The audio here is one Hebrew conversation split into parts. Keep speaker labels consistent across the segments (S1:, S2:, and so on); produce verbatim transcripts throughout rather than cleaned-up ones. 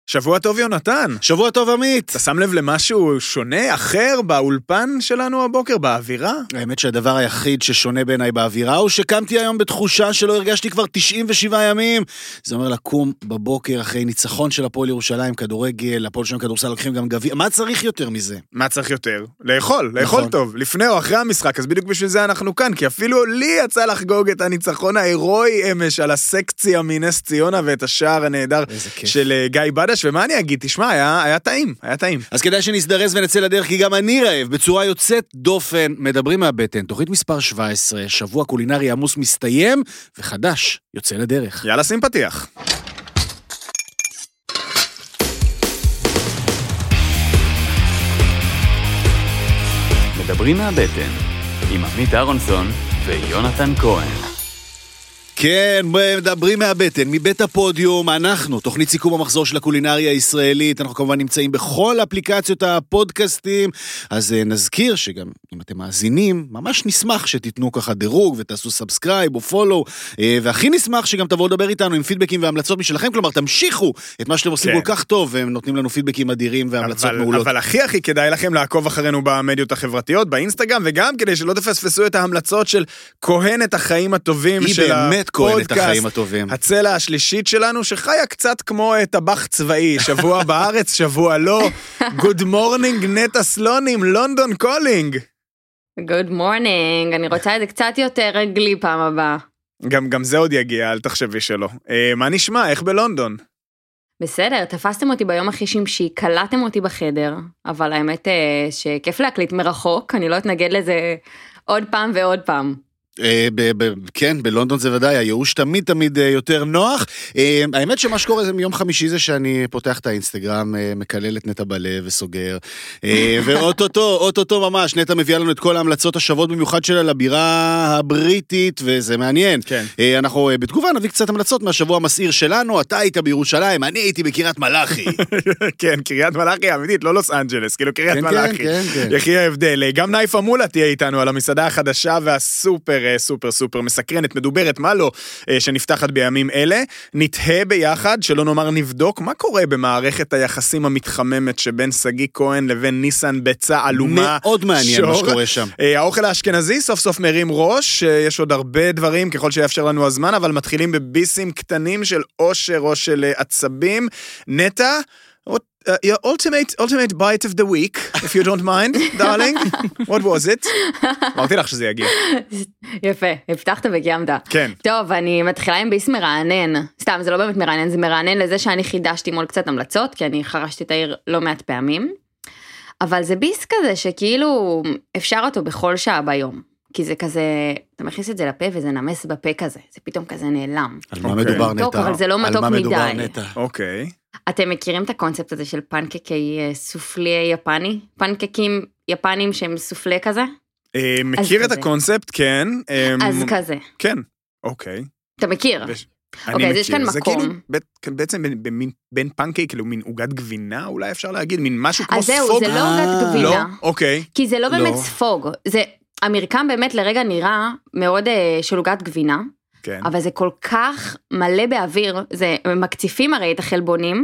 S1: שבוע טוב יונתן.
S2: שבוע טוב עמית.
S1: אתה שם לב למשהו שונה, אחר באולפן שלנו הבוקר, באווירה?
S2: האמת שהדבר היחיד ששונה בעיניי באווירה הוא שקמתי היום בתחושה שלא הרגשתי כבר תשעים ושבעה ימים. זה אומר לקום בבוקר אחרי ניצחון של הפועל ירושלים, כדורגל, הפועל שם כדורסל, לוקחים גם גביע. מה צריך יותר מזה?
S1: מה צריך יותר? לאכול, לאכול
S2: נכון.
S1: טוב, לפני או אחרי המשחק, אז בדיוק בשביל זה אנחנו כאן, כי אפילו לי יצא לחגוג את הניצחון ההירואי אמש על הסקציה מנס ציונה ואת השער הנהדר של גיא בדש, ומה אני אגיד? תשמע, היה, היה טעים, היה טעים.
S2: אז כדאי שנזדרז ונצא לדרך, כי גם אני רעב, בצורה יוצאת דופן, מדברים מהבטן, תוכנית מספר שבע עשרה, שבוע קולינרי עמוס מסתיים, וחדש יוצא לדרך.
S1: יאללה, שים פתיח.
S3: מדברים מהבטן, עם עמית אהרונסון ויונתן כהן.
S2: כן, מדברים מהבטן, מבית הפודיום, אנחנו, תוכנית סיכום המחזור של הקולינריה הישראלית, אנחנו כמובן נמצאים בכל אפליקציות הפודקאסטים, אז נזכיר שגם אם אתם מאזינים, ממש נשמח שתיתנו ככה דירוג ותעשו סאבסקרייב או פולו, והכי נשמח שגם תבואו לדבר איתנו עם פידבקים והמלצות משלכם, כלומר תמשיכו את מה שאתם עושים כל כך טוב, והם נותנים לנו פידבקים אדירים והמלצות מעולות.
S1: אבל הכי הכי כדאי לכם לעקוב אחרינו במדיות החברתיות, באינסטגרם, וגם כדי שלא תפספסו את ההמלצות של כהן את החיים הטובים של
S2: כהן את החיים הטובים.
S1: הצלע השלישית שלנו, שחיה קצת כמו טבח צבאי, שבוע בארץ, שבוע לא. Good morning, נטע סלונים, לונדון קולינג.
S4: Good morning, אני רוצה את זה קצת יותר רגלי פעם הבאה.
S1: גם, גם זה עוד יגיע, אל תחשבי שלא. אה, מה נשמע? איך בלונדון?
S4: בסדר, תפסתם אותי ביום הכי שמשי, קלעתם אותי בחדר, אבל האמת שכיף להקליט מרחוק, אני לא אתנגד לזה עוד פעם ועוד פעם.
S2: כן, בלונדון זה ודאי, הייאוש תמיד תמיד יותר נוח. האמת שמה שקורה זה מיום חמישי זה שאני פותח את האינסטגרם, מקלל את נטע בלב וסוגר, ואוטוטו, אוטוטו ממש, נטע מביאה לנו את כל ההמלצות השוות במיוחד שלה לבירה הבריטית, וזה מעניין. אנחנו בתגובה נביא קצת המלצות מהשבוע המסעיר שלנו, אתה היית בירושלים, אני הייתי בקריית מלאכי.
S1: כן, קריית מלאכי אמיתית, לא לוס אנג'לס, כאילו קריית מלאכי. יחי ההבדל. גם נייפה מולה תהיה איתנו על המסעדה החדשה והסופר סופר סופר מסקרנת, מדוברת, מה לא, שנפתחת בימים אלה. נתהה ביחד, שלא נאמר נבדוק, מה קורה במערכת היחסים המתחממת שבין סגי כהן לבין ניסן בצע אלומה.
S2: מאוד מעניין מה שקורה שם.
S1: האוכל האשכנזי סוף סוף מרים ראש, יש עוד הרבה דברים ככל שיאפשר לנו הזמן, אבל מתחילים בביסים קטנים של אושר או של עצבים. נטע, Uh, your ultimate, ultimate bite of the week, if you don't mind, darling. What was it? אמרתי לך שזה יגיע.
S4: יפה, הבטחת וקיימת.
S1: כן.
S4: טוב, אני מתחילה עם ביס מרענן. סתם, זה לא באמת מרענן, זה מרענן לזה שאני חידשתי מול קצת המלצות, כי אני חרשתי את העיר לא מעט פעמים. אבל זה ביס כזה שכאילו אפשר אותו בכל שעה ביום. כי זה כזה, אתה מכניס את זה לפה וזה נמס בפה כזה. זה פתאום כזה נעלם.
S2: על מה מדובר נטע?
S4: אבל זה לא מתוק מדי.
S1: אוקיי.
S4: אתם מכירים את הקונספט הזה של פנקקי סופלי יפני? פנקקים יפנים שהם סופלי כזה?
S1: מכיר את הקונספט, כן.
S4: אז כזה.
S1: כן, אוקיי.
S4: אתה מכיר?
S1: אוקיי, אז יש כאן מקום. בעצם בין פנקק, כאילו מין עוגת גבינה, אולי אפשר להגיד, מין משהו כמו ספוג.
S4: אז זהו, זה לא עוגת גבינה.
S1: לא? אוקיי.
S4: כי זה לא באמת ספוג. זה, המרקם באמת לרגע נראה מאוד של עוגת גבינה. כן. אבל זה כל כך מלא באוויר, זה מקציפים הרי את החלבונים,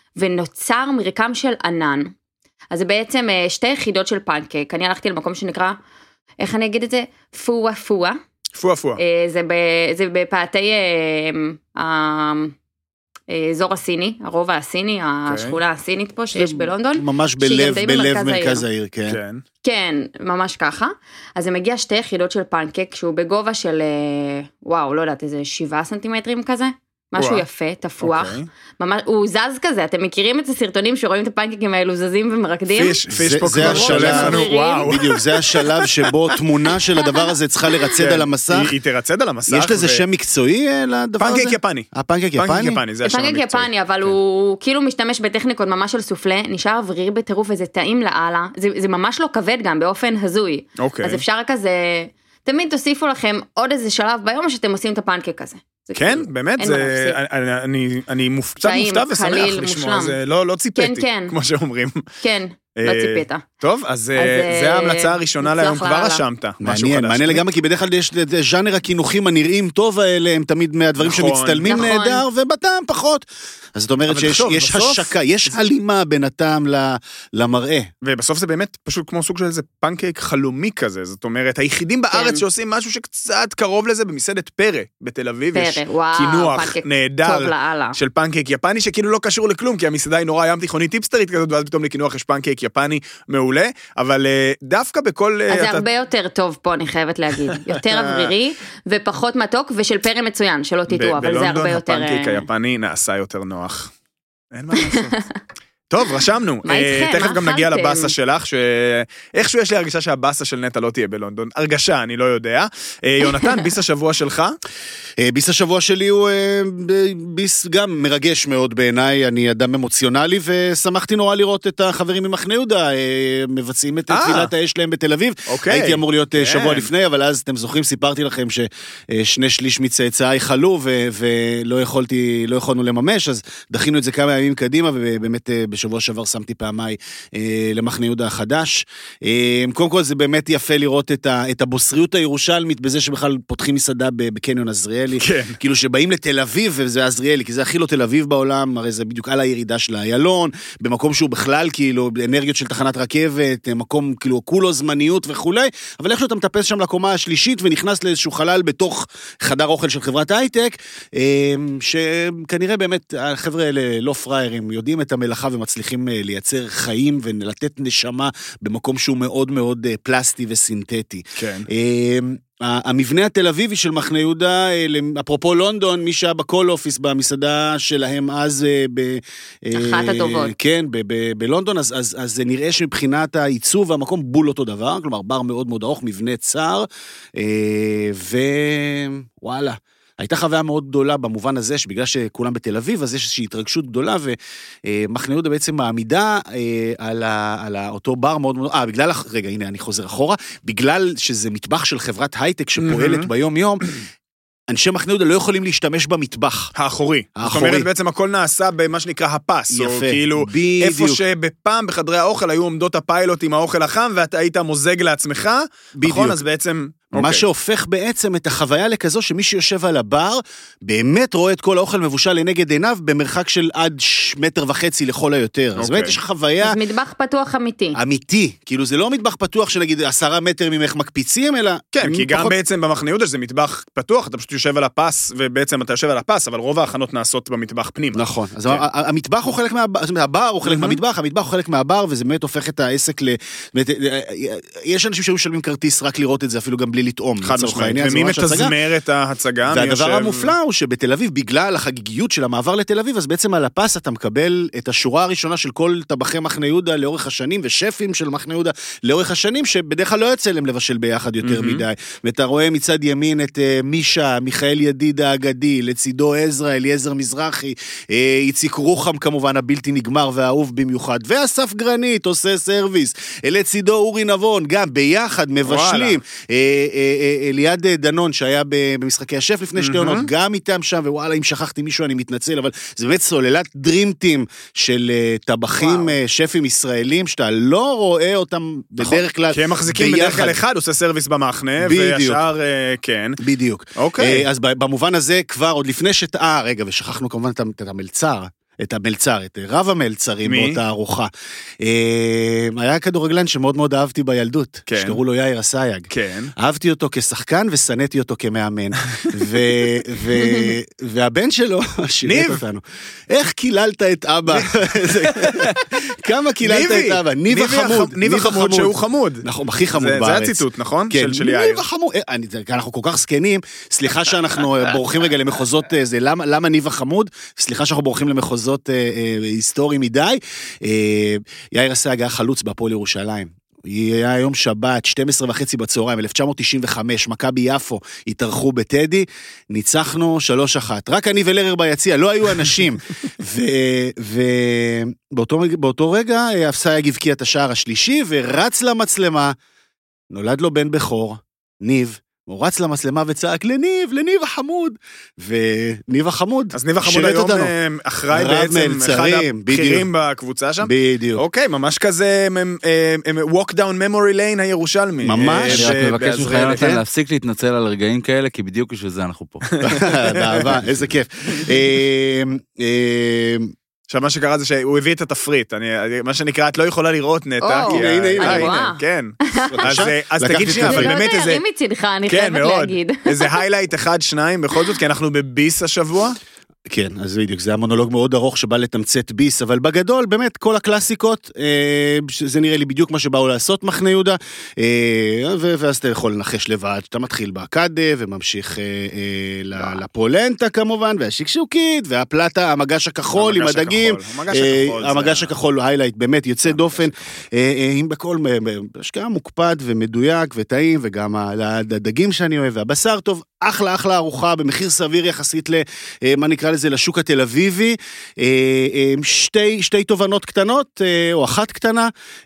S4: ונוצר מרקם של ענן. אז זה בעצם שתי יחידות של פנקק, אני הלכתי למקום שנקרא, איך אני אגיד את זה? פואה פואה.
S1: פואה פואה.
S4: זה, זה בפאתי האזור הסיני, הרובע הסיני, השכונה הסינית פה שיש בלונדון.
S2: ממש בלב, בלב מרכז העיר, כן.
S4: כן. כן, ממש ככה. אז זה מגיע שתי יחידות של פנקק, שהוא בגובה של, וואו, לא יודעת, איזה שבעה סנטימטרים כזה. משהו יפה, תפוח. ממש, הוא זז כזה, אתם מכירים את הסרטונים שרואים את הפנקקים האלו זזים ומרקדים?
S1: פיש, פיש פה כבר
S2: השלב, וואו. בדיוק, זה השלב שבו תמונה של הדבר הזה צריכה לרצד על המסך.
S1: היא תרצד על המסך.
S2: יש לזה שם מקצועי לדבר הזה?
S1: פנקק יפני.
S2: הפנקק יפני?
S4: פנקק יפני, אבל הוא כאילו משתמש בטכניקות ממש של סופלה, נשאר אוורירי בטירוף וזה טעים לאללה. זה ממש לא כבד גם, באופן הזוי. אז אפשר כזה, תמיד תוסיפו לכם עוד איזה שלב ביום שאתם עושים את הפנקק הזה.
S1: כן, באמת, אני קצת מופתע ושמח לשמוע, זה לא ציפיתי, כמו שאומרים.
S4: כן, לא ציפית.
S1: טוב, אז זה ההמלצה הראשונה להיום, כבר רשמת.
S2: מעניין, מעניין לגמרי, כי בדרך כלל יש ז'אנר הכינוחים הנראים טוב האלה, הם תמיד מהדברים שמצטלמים נהדר, ובטעם פחות. אז זאת אומרת שיש השקה, יש הלימה בין הטעם למראה.
S1: ובסוף זה באמת פשוט כמו סוג של איזה פנקייק חלומי כזה, זאת אומרת, היחידים בארץ שעושים משהו שקצת קרוב לזה, במסעדת פרא, בתל אביב, יש קינוח נהדר של פנקייק יפני, שכאילו לא קשור לכלום, כי המסעדה היא נורא ים תיכונית טיפסטרית כזאת, ואז פתאום לקינוח יש פנקייק יפני מעולה, אבל דווקא בכל...
S4: אז זה הרבה יותר טוב פה, אני חייבת להגיד. יותר אוורירי, ופחות מתוק, ושל פרא מצוין, שלא תטעו, אבל זה הרבה יותר...
S1: בלונדון הפנקייק היפני נעשה יותר נוח. אין מה לעשות. טוב, רשמנו.
S4: מה איתכם?
S1: תכף גם נגיע לבאסה שלך, שאיכשהו יש לי הרגשה שהבאסה של נטע לא תהיה בלונדון. הרגשה, אני לא יודע. יונתן, ביס השבוע שלך?
S2: ביס השבוע שלי הוא ביס גם מרגש מאוד בעיניי, אני אדם אמוציונלי, ושמחתי נורא לראות את החברים ממחנה יהודה, מבצעים את תפילת האש להם בתל אביב. הייתי אמור להיות שבוע לפני, אבל אז אתם זוכרים, סיפרתי לכם ששני שליש מצאצאי חלו, ולא יכולתי, לא יכולנו לממש, אז דחינו את זה כמה ימים קדימה, ובאמת בשבוע שעבר שמתי פעמיי למחנה יהודה החדש. קודם כל זה באמת יפה לראות את הבוסריות הירושלמית, בזה שבכלל פותחים מסעדה בקניון עזריאלי, כאילו שבאים לתל אביב, וזה עזריאלי, כי זה הכי לא תל אביב בעולם, הרי זה בדיוק על הירידה של האיילון, במקום שהוא בכלל כאילו אנרגיות של תחנת רכבת, מקום כאילו כולו זמניות וכו', אבל איך שאתה מטפס שם לקומה השלישית, ונכנס לאיזשהו חלל בתוך חדר אוכל של חברת הייטק, שכנראה באמת החבר'ה האלה לא פריירים, יודעים את המלאכה ומצליחים לייצר חיים ולתת נשמה במקום שהוא מאוד מאוד פלסטי וסינתטי.
S1: כן.
S2: המבנה התל אביבי של מחנה יהודה, אפרופו לונדון, מי שהיה בקול אופיס במסעדה שלהם אז
S4: אחת הטובות.
S2: כן, בלונדון, אז, אז, אז זה נראה שמבחינת העיצוב והמקום בול אותו דבר, כלומר בר מאוד מאוד ארוך, מבנה צר, ווואלה. הייתה חוויה מאוד גדולה במובן הזה, שבגלל שכולם בתל אביב, אז יש איזושהי התרגשות גדולה, ומחנה יהודה בעצם מעמידה על, ה, על אותו בר מאוד מאוד, אה, בגלל, רגע, הנה, אני חוזר אחורה, בגלל שזה מטבח של חברת הייטק שפועלת ביום יום, אנשי מחנה יהודה לא יכולים להשתמש במטבח.
S1: האחורי. האחורי. זאת אומרת, בעצם הכל נעשה במה שנקרא הפס. יפה. או כאילו, בדיוק. איפה שבפעם בחדרי האוכל היו עומדות הפיילוט עם האוכל החם, ואתה היית מוזג לעצמך. בדיוק. נכון, אז בעצם...
S2: מה okay. שהופך בעצם את החוויה לכזו שמי שיושב על הבר באמת רואה את כל האוכל מבושל לנגד עיניו במרחק של עד מטר וחצי לכל היותר. Okay. אז באמת יש חוויה...
S4: אז מטבח פתוח אמיתי.
S2: אמיתי. כאילו זה לא מטבח פתוח שנגיד עשרה מטר ממך מקפיצים, אלא...
S1: כן, כי גם פחות... בעצם במחנה יהודה שזה מטבח פתוח, אתה פשוט יושב על הפס, ובעצם אתה יושב על הפס, אבל רוב ההכנות נעשות במטבח פנים.
S2: נכון. אז כן. המטבח הוא חלק מהבר, זאת אומרת, הבר הוא חלק מהמטבח, המטבח הוא חלק מהבר, וזה באמת הופך את העסק ל... יש אנשים שהיו משלמים כרטיס רק לראות את זה, אפילו גם בלי לטעום.
S1: ומי מתזמר את ההצגה?
S2: והדבר המופלא הוא שבתל אביב, בגלל החגיגיות של המעבר לתל אביב, אז בעצם על הפס אתה מקבל את השורה הראשונה של כל טבחי מחנה יהודה לאורך השנים, ושפים של מחנה יהודה לאורך השנים, שבדרך כלל לא יוצא להם לבשל ביחד יותר מדי. ואתה רואה מצד ימין את מישה, מיכאל ידיד האגדי, לצידו עזרא, אליעזר מזרחי, איציק רוחם כמובן, הבלתי נגמר והאהוב במיוחד, ואסף גרנית עושה סרוויס, לצידו אורי נבון, גם ביחד מבשלים, ליד דנון שהיה במשחקי השף לפני שתי עונות, גם איתם שם, ווואלה, אם שכחתי מישהו אני מתנצל, אבל זה באמת סוללת דרימטים של טבחים, שפים ישראלים, שאתה לא רואה אותם בדרך כלל ביחד.
S1: כי הם מחזיקים בדרך כלל אחד, עושה סרוויס במחנה, והשאר, כן.
S2: בדיוק.
S1: אוקיי.
S2: אז במובן הזה כבר עוד לפני שת... אה, רגע, ושכחנו כמובן את המלצר. את המלצר, את רב המלצרים באותה ארוחה. היה כדורגלן שמאוד מאוד אהבתי בילדות, שקראו לו יאיר אסייג. אהבתי אותו כשחקן ושנאתי אותו כמאמן. והבן שלו שירת אותנו. איך קיללת את אבא? כמה קיללת את אבא? ניב החמוד.
S1: ניב החמוד שהוא חמוד.
S2: נכון, הכי חמוד בארץ.
S1: זה הציטוט, נכון?
S2: של יאיר. ניב החמוד. אנחנו כל כך סקנים, סליחה שאנחנו בורחים רגע למחוזות, למה ניב החמוד? סליחה שאנחנו בורחים למחוזות היסטורי מדי. יאיר אסייג היה חלוץ בהפועל ירושלים. היה יום שבת, שתים עשרה וחצי בצהריים, אלף תשע מאות תשעים וחמש, מכבי יפו, התארחו בטדי, ניצחנו שלוש אחת. רק אני ולרר ביציע, לא היו אנשים. ובאותו רגע, אסייג הבקיע את השער השלישי, ורץ למצלמה, נולד לו בן בכור, ניב, הוא רץ למצלמה וצעק, לניב, לניב החמוד, וניב החמוד,
S1: אז ניב החמוד היום אחראי בעצם, אחד הבכירים בקבוצה שם?
S2: בדיוק.
S1: אוקיי, ממש כזה, walk down memory lane הירושלמי.
S2: ממש.
S3: אני רק מבקש ממך יונתן להפסיק להתנצל על רגעים כאלה, כי בדיוק בשביל זה אנחנו פה.
S2: באהבה, איזה כיף.
S1: עכשיו מה שקרה זה שהוא הביא את התפריט, מה שנקרא, את לא יכולה לראות נטע,
S4: או,
S1: כי...
S4: אני רואה.
S1: כן. אז תגיד שנייה, אבל באמת איזה...
S4: זה לא תארים מצדך, אני חייבת להגיד.
S1: איזה היילייט אחד, שניים, בכל זאת, כי אנחנו בביס השבוע.
S2: כן, אז בדיוק, זה היה מונולוג מאוד ארוך שבא לתמצת ביס, אבל בגדול, באמת, כל הקלאסיקות, אה, זה נראה לי בדיוק מה שבאו לעשות מחנה יהודה, אה, ו- ואז אתה יכול לנחש לבד, אתה מתחיל באקדה, וממשיך אה, אה, לפולנטה כמובן, והשקשוקית, והפלטה, המגש הכחול עם הדגים, המגש הכחול הוא היילייט, באמת יוצא דופן, עם בכל, השקעה מוקפד ומדויק וטעים, וגם הדגים שאני אוהב, והבשר טוב, אחלה אחלה ארוחה, במחיר סביר יחסית למה נקרא לזה, לשוק התל אביבי, שתי, שתי תובנות קטנות, או אחת קטנה,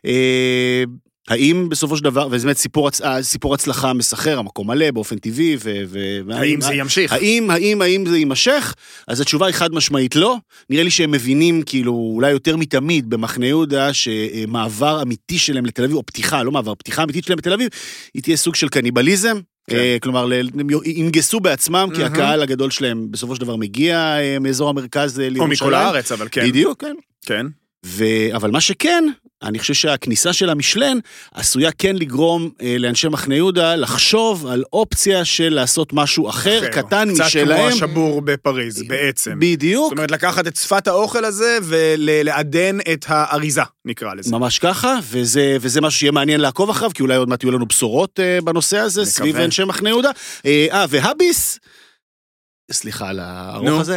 S2: האם בסופו של דבר, וזה באמת סיפור, סיפור הצלחה מסחר, המקום מלא באופן טבעי, ו, ו,
S1: האם זה ימשיך?
S2: האם, האם, האם זה יימשך? אז התשובה היא חד משמעית לא, נראה לי שהם מבינים, כאילו, אולי יותר מתמיד במחנה יהודה, שמעבר אמיתי שלהם לתל אביב, או פתיחה, לא מעבר, פתיחה אמיתית שלהם לתל אביב, היא תהיה סוג של קניבליזם, כן. כלומר, הם ינגסו בעצמם, כי הקהל הגדול שלהם בסופו של דבר מגיע מאזור המרכז לירושלים.
S1: או מכל הארץ, אבל כן.
S2: בדיוק, כן.
S1: כן.
S2: ו... אבל מה שכן, אני חושב שהכניסה של המשלן עשויה כן לגרום אה, לאנשי מחנה יהודה לחשוב על אופציה של לעשות משהו אחר, אחר. קטן
S1: קצת
S2: משלהם.
S1: קצת כמו השבור בפריז, בעצם.
S2: בדיוק.
S1: זאת אומרת, לקחת את שפת האוכל הזה ולעדן את האריזה, נקרא לזה.
S2: ממש ככה, וזה, וזה משהו שיהיה מעניין לעקוב אחריו, כי אולי עוד מעט יהיו לנו בשורות אה, בנושא הזה, מקווה. סביב אנשי מחנה יהודה. אה, והביס... סליחה על הארוך הזה,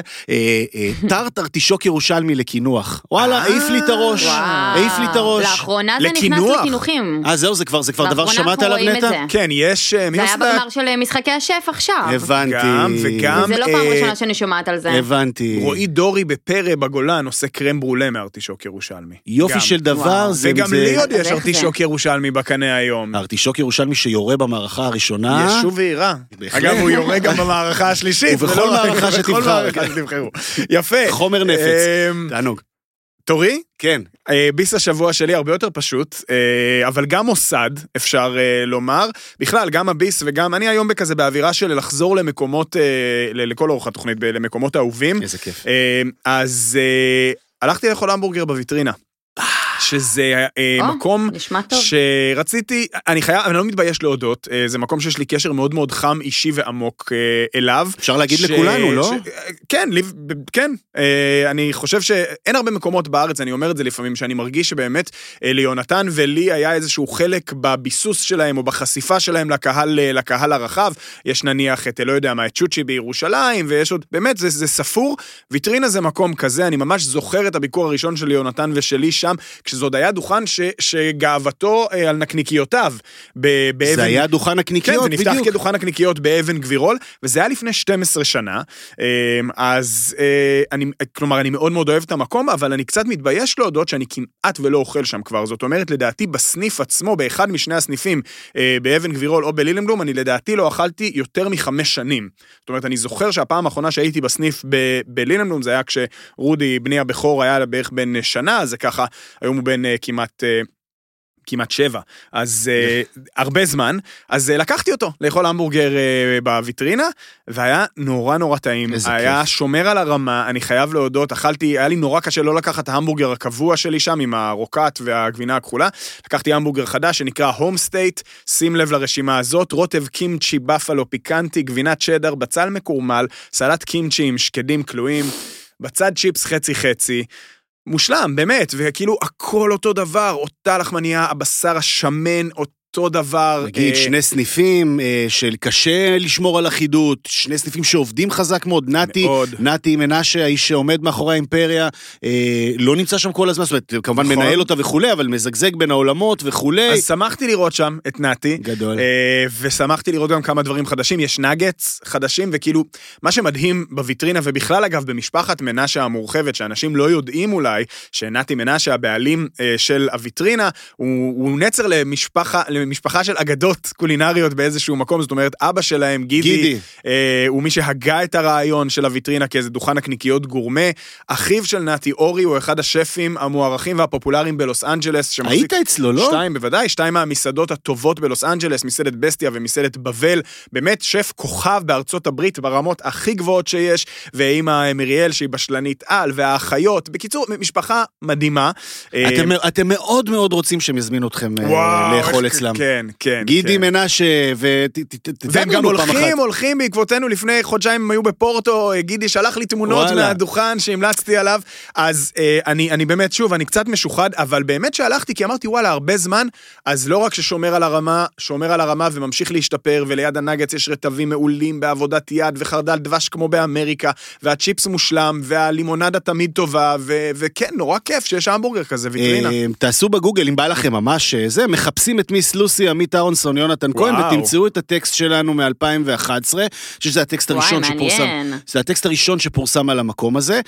S2: טרטר תישוק ירושלמי לקינוח. וואלה, העיף לי את הראש. העיף לי את הראש.
S4: לאחרונה זה נכנס לקינוחים.
S2: אה, זהו, זה כבר דבר ששמעת עליו נטע?
S1: כן, יש...
S4: זה היה בגמר של משחקי השף עכשיו.
S2: הבנתי.
S1: וגם...
S4: זה לא פעם ראשונה שאני שומעת על זה.
S2: הבנתי.
S1: רועי דורי בפרא בגולן עושה קרם ברולה מארטישוק ירושלמי.
S2: יופי של דבר.
S1: וגם לי עוד יש ארטישוק ירושלמי בקנה היום.
S2: ארטישוק ירושלמי שיורה במערכה הראשונה.
S1: ישוב ועירה. אגב, הוא יורה גם במערכה השלישית.
S2: בכל מערכה שתבחר.
S1: יפה.
S2: חומר נפץ. תענוג.
S1: תורי?
S2: כן.
S1: ביס השבוע שלי הרבה יותר פשוט, אבל גם מוסד, אפשר לומר. בכלל, גם הביס וגם, אני היום בכזה באווירה של לחזור למקומות, לכל אורך התוכנית, למקומות האהובים.
S2: איזה כיף.
S1: אז הלכתי לאכול המבורגר בוויטרינה. שזה מקום שרציתי, אני חייב, אני לא מתבייש להודות, זה מקום שיש לי קשר מאוד מאוד חם, אישי ועמוק אליו.
S2: אפשר להגיד לכולנו, לא?
S1: כן, כן. אני חושב שאין הרבה מקומות בארץ, אני אומר את זה לפעמים, שאני מרגיש שבאמת ליונתן ולי היה איזשהו חלק בביסוס שלהם, או בחשיפה שלהם לקהל הרחב. יש נניח את, לא יודע מה, את צ'וצ'י בירושלים, ויש עוד, באמת, זה ספור. ויטרינה זה מקום כזה, אני ממש זוכר את הביקור הראשון של ליונתן ושלי שם, כשזה עוד היה דוכן ש, שגאוותו אה, על נקניקיותיו. ב- באבן...
S2: זה היה דוכן הקניקיות,
S1: כן, זה נפתח
S2: בדיוק.
S1: כדוכן הקניקיות באבן גבירול, וזה היה לפני שתים עשרה שנה, אה, אז אה, אני, כלומר, אני מאוד מאוד אוהב את המקום, אבל אני קצת מתבייש להודות שאני כמעט ולא אוכל שם כבר, זאת אומרת, לדעתי בסניף עצמו, באחד משני הסניפים, אה, באבן גבירול או בלילנבלום, אני לדעתי לא אכלתי יותר מחמש שנים. זאת אומרת, אני זוכר שהפעם האחרונה שהייתי בסניף ב- בלילנבלום, זה היה כשרודי, בני הבכור, היה בערך בין שנה, זה ככה, היום הוא בין uh, כמעט, uh, כמעט שבע, אז uh, הרבה זמן, אז uh, לקחתי אותו לאכול המבורגר uh, בוויטרינה, והיה נורא נורא טעים, היה כיף. שומר על הרמה, אני חייב להודות, אכלתי, היה לי נורא קשה לא לקחת את ההמבורגר הקבוע שלי שם, עם הרוקט והגבינה הכחולה, לקחתי המבורגר חדש שנקרא הום סטייט, שים לב לרשימה הזאת, רוטב קימצ'י, בפלו פיקנטי, גבינת צ'דר, בצל מקורמל, סלט קימצ'י עם שקדים כלואים, בצד צ'יפס חצי חצי, מושלם, באמת, וכאילו הכל אותו דבר, אותה לחמניה, הבשר השמן, אותו דבר.
S2: נגיד, אה... שני סניפים אה, של קשה לשמור על אחידות, שני סניפים שעובדים חזק מאוד, נתי, מאוד. נתי מנשה, האיש שעומד מאחורי האימפריה, אה, לא נמצא שם כל הזמן, זאת אומרת, כמובן נכון. מנהל אותה וכולי, אבל מזגזג בין העולמות וכולי.
S1: אז שמחתי לראות שם את נתי.
S2: גדול.
S1: אה, ושמחתי לראות גם כמה דברים חדשים, יש נגץ חדשים, וכאילו, מה שמדהים בוויטרינה, ובכלל אגב, במשפחת מנשה המורחבת, שאנשים לא יודעים אולי, שנתי מנשה, הבעלים אה, של הוויטרינה, הוא, הוא נצר למשפחה, משפחה של אגדות קולינריות באיזשהו מקום, זאת אומרת, אבא שלהם, גידי, גידי. אה, הוא מי שהגה את הרעיון של הוויטרינה כאיזה דוכן הקניקיות גורמה, אחיו של נתי אורי הוא אחד השפים המוערכים והפופולריים בלוס אנג'לס,
S2: היית אצלו, לא?
S1: שתיים, בוודאי, שתיים מהמסעדות הטובות בלוס אנג'לס, מסעדת בסטיה ומסעדת בבל, באמת שף כוכב בארצות הברית ברמות הכי גבוהות שיש, ואמא מריאל שהיא בשלנית על, והאחיות, בקיצור, משפחה מדהימה.
S2: אתם, אתם מאוד מאוד רוצים שהם יזמינו אתכם וואו, לאכול אצלם.
S1: כן, כן.
S2: גידי
S1: כן.
S2: מנשה,
S1: והם גם הולכים, הולכים בעקבותינו, לפני חודשיים הם היו בפורטו, גידי שלח לי תמונות וואלה. מהדוכן שהמלצתי עליו, אז אה, אני, אני באמת, שוב, אני קצת משוחד, אבל באמת שהלכתי, כי אמרתי, וואלה, הרבה זמן, אז לא רק ששומר על הרמה, שומר על הרמה וממשיך להשתפר, וליד הנגץ יש רטבים מעולים בעבודת יד, וחרדל דבש כמו באמריקה, והצ'יפס מושלם, והלימונדה תמיד טובה, ו- וכן, נורא כיף שיש המבורגר כזה, ויטרינה.
S2: תעשו בגוגל, אם בא לכם ממש זה, מחפשים את מיס לוסי, עמית אהרונסון, יונתן כהן, ותמצאו את הטקסט שלנו מ-אלפיים ואחת עשרה, שזה הטקסט הראשון שפורסם, זה הטקסט הראשון שפורסם על המקום הזה.